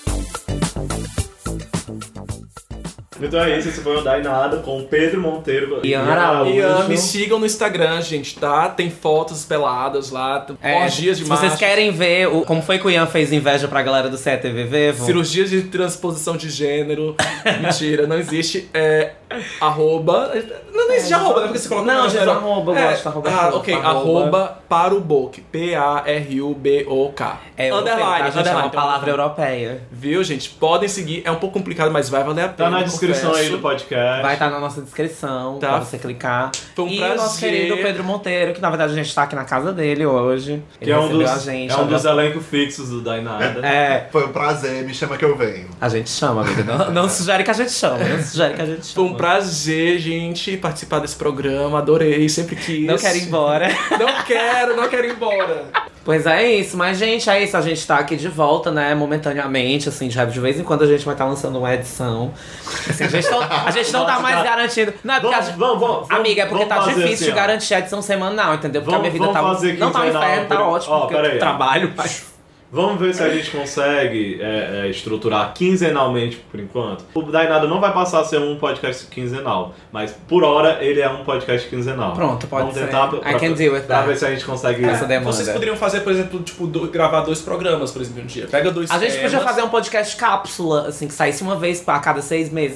Então é isso, esse foi o Dai Nada com o Pedro Monteiro e Ian Araújo. Me sigam no Instagram, gente, tá? Tem fotos peladas lá, orgias de machos. Se vocês querem ver como foi que o Ian fez inveja pra galera do CETVV, cirurgias de transposição de gênero. Mentira, não existe. Arroba. Não existe arroba, né? Porque você coloca não, gente, arroba, eu gosto. Ok, arroba Parubok. P-A-R-U-B-O-K. Underline, gente, é uma palavra europeia. Viu, gente? Podem seguir. É um pouco complicado, mas vai valer a pena. Tá na descrição aí do podcast. Vai estar na nossa descrição, pra você clicar. Foi um prazer. E o nosso querido Pedro Monteiro, que na verdade a gente tá aqui na casa dele hoje. Que é um dos elencos fixos do Dai Nada. Foi um prazer, me chama que eu venho. A gente chama, amiga. Não sugere que a gente chama. Foi um prazer, gente, participar desse programa. Adorei, sempre quis. Não quero ir embora. Não quero ir embora. Pois é isso, mas gente, é isso, a gente tá aqui de volta, né, momentaneamente, assim, de vez em quando a gente vai estar lançando uma edição. Assim, a gente não tá mais garantindo. Não, é porque Vamos, amiga, é porque tá fazer difícil assim, de ó. garantir a edição semanal, entendeu? Porque a minha vida tá. fazer Não tá um quinzenal, inferno, tá ótimo, porque peraí. eu trabalho, mas. Vamos ver se a gente consegue estruturar quinzenalmente por enquanto. O Dainada não vai passar a ser um podcast quinzenal, mas por hora ele é um podcast quinzenal. Pronto, pode Vamos ser. tentar I can deal with pra that. ver se a gente consegue. Essa demanda. Vocês poderiam fazer, por exemplo, tipo, gravar 2 programas, por exemplo, um dia. Pega 2 A gente podia temas. fazer um podcast cápsula, assim, que saísse uma vez a cada 6 meses.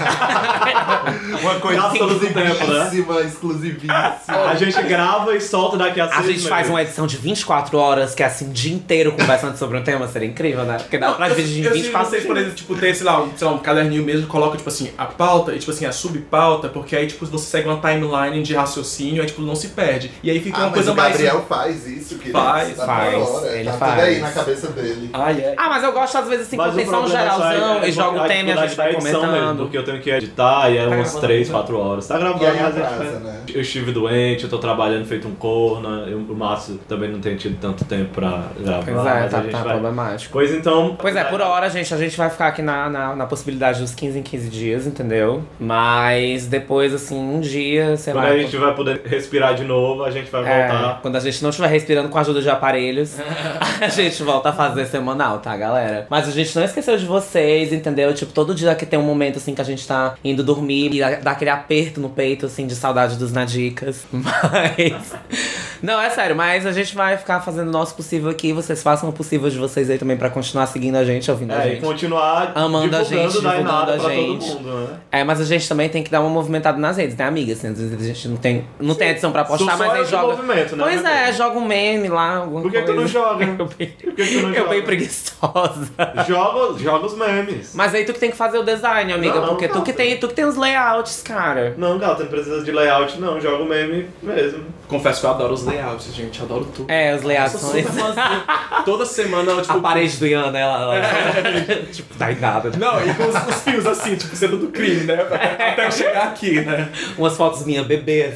Uma coisa Gasta todo o tempo, né? exclusivíssima. A gente grava e solta daqui a 6 A meses. gente faz uma edição de 24 horas, que é assim, o dia inteiro conversando sobre um tema, seria incrível, né? Porque dá pra dividir em Eu 24 vocês, por exemplo, tipo, ter, sei lá, um caderninho mesmo, coloca, tipo assim, a pauta e, tipo assim, a subpauta, porque aí, tipo, você segue uma timeline de raciocínio, aí, tipo, não se perde. E aí fica uma coisa o Gabriel mais... faz isso, que Faz, ele tá faz. tudo aí na cabeça dele. Ai, é. Ah, mas eu gosto, às vezes, assim, Mas quando tem só um geralzão e joga o tema e a gente vai edição mesmo, comentando. porque eu tenho que editar e é umas gravando, 3, né? 4 horas. Tá gravando, E aí mas a gente atrasa, vai- né? Eu estive doente, eu tô trabalhando feito um corno, o Márcio também não tem tido tanto tempo pra gravar. Pois é, mas tá a gente vai... problemático. Pois então... Pois é, por hora, gente, a gente vai ficar aqui na possibilidade dos 15 em 15 dias, entendeu? Mas depois, assim, um dia, sei Quando lá. a gente vai poder respirar de novo, a gente vai voltar. Quando a gente não estiver respirando com a ajuda de aparelhos, a gente volta a fazer semanal, tá, galera? Mas a gente não esqueceu de vocês, entendeu? Tipo, todo dia que tem um momento, assim, que a gente tá indo dormir e dá aquele aperto no peito, assim, de saudade dos Nadicas. Mas... Não, é sério, mas a gente vai ficar fazendo o nosso possível aqui. Vocês façam o possível de vocês aí também pra continuar seguindo a gente, ouvindo a E gente. continuar Amando a divulgando gente, Dainada divulgando a pra gente. todo mundo, né? É, mas a gente também tem que dar uma movimentada nas redes, né, amiga? Assim, às vezes a gente não tem edição pra postar, Só mas aí esse joga. movimento, né, Pois meu é, Deus? joga um meme lá, alguma Por que coisa. tu não joga? Eu bem, Por que tu não eu joga? bem preguiçosa. Joga os memes. Mas aí tu que tem que fazer o design, amiga, Não, porque não, tu que tem os layouts, cara. Não, gata, não precisa de layout, não. Joga o meme mesmo. Confesso que eu adoro os layouts, gente. Adoro tudo. É, os layouts Sou são super esses. fãzinho. Toda semana, eu, tipo... A parede do Ian, né? Ela tipo, dá em nada. Não, e com os fios assim, tipo, sendo do crime, né? Até eu chegar aqui, né? Umas fotos minhas bebê,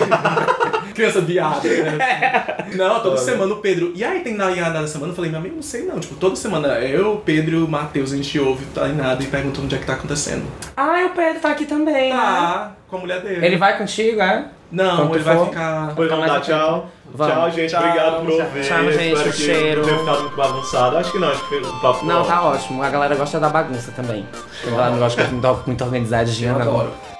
assim. Criança viada, né? Não, toda semana o Pedro... E aí, tem nada da semana? Eu falei, meu amigo, não sei não. Tipo, toda semana eu, o Pedro e o Matheus, a gente ouve tá em nada e pergunta onde é que tá acontecendo. Ah, o Pedro tá aqui também, né? Tá, com a mulher dele. Ele vai contigo, é? Não, Quando ele tu vai for. ficar... Pois vamos dar tchau. Vamos. Tchau, gente. Tchau, Obrigado por tchau. ouvir. Tchau, gente. Espero que Cheiro. não tenha ficado muito bagunçado. Acho que não, acho que o papo Não, foi tá ótimo. ótimo. A galera gosta da bagunça também. A galera não gosta de muito organizadinha, Eu não. adoro.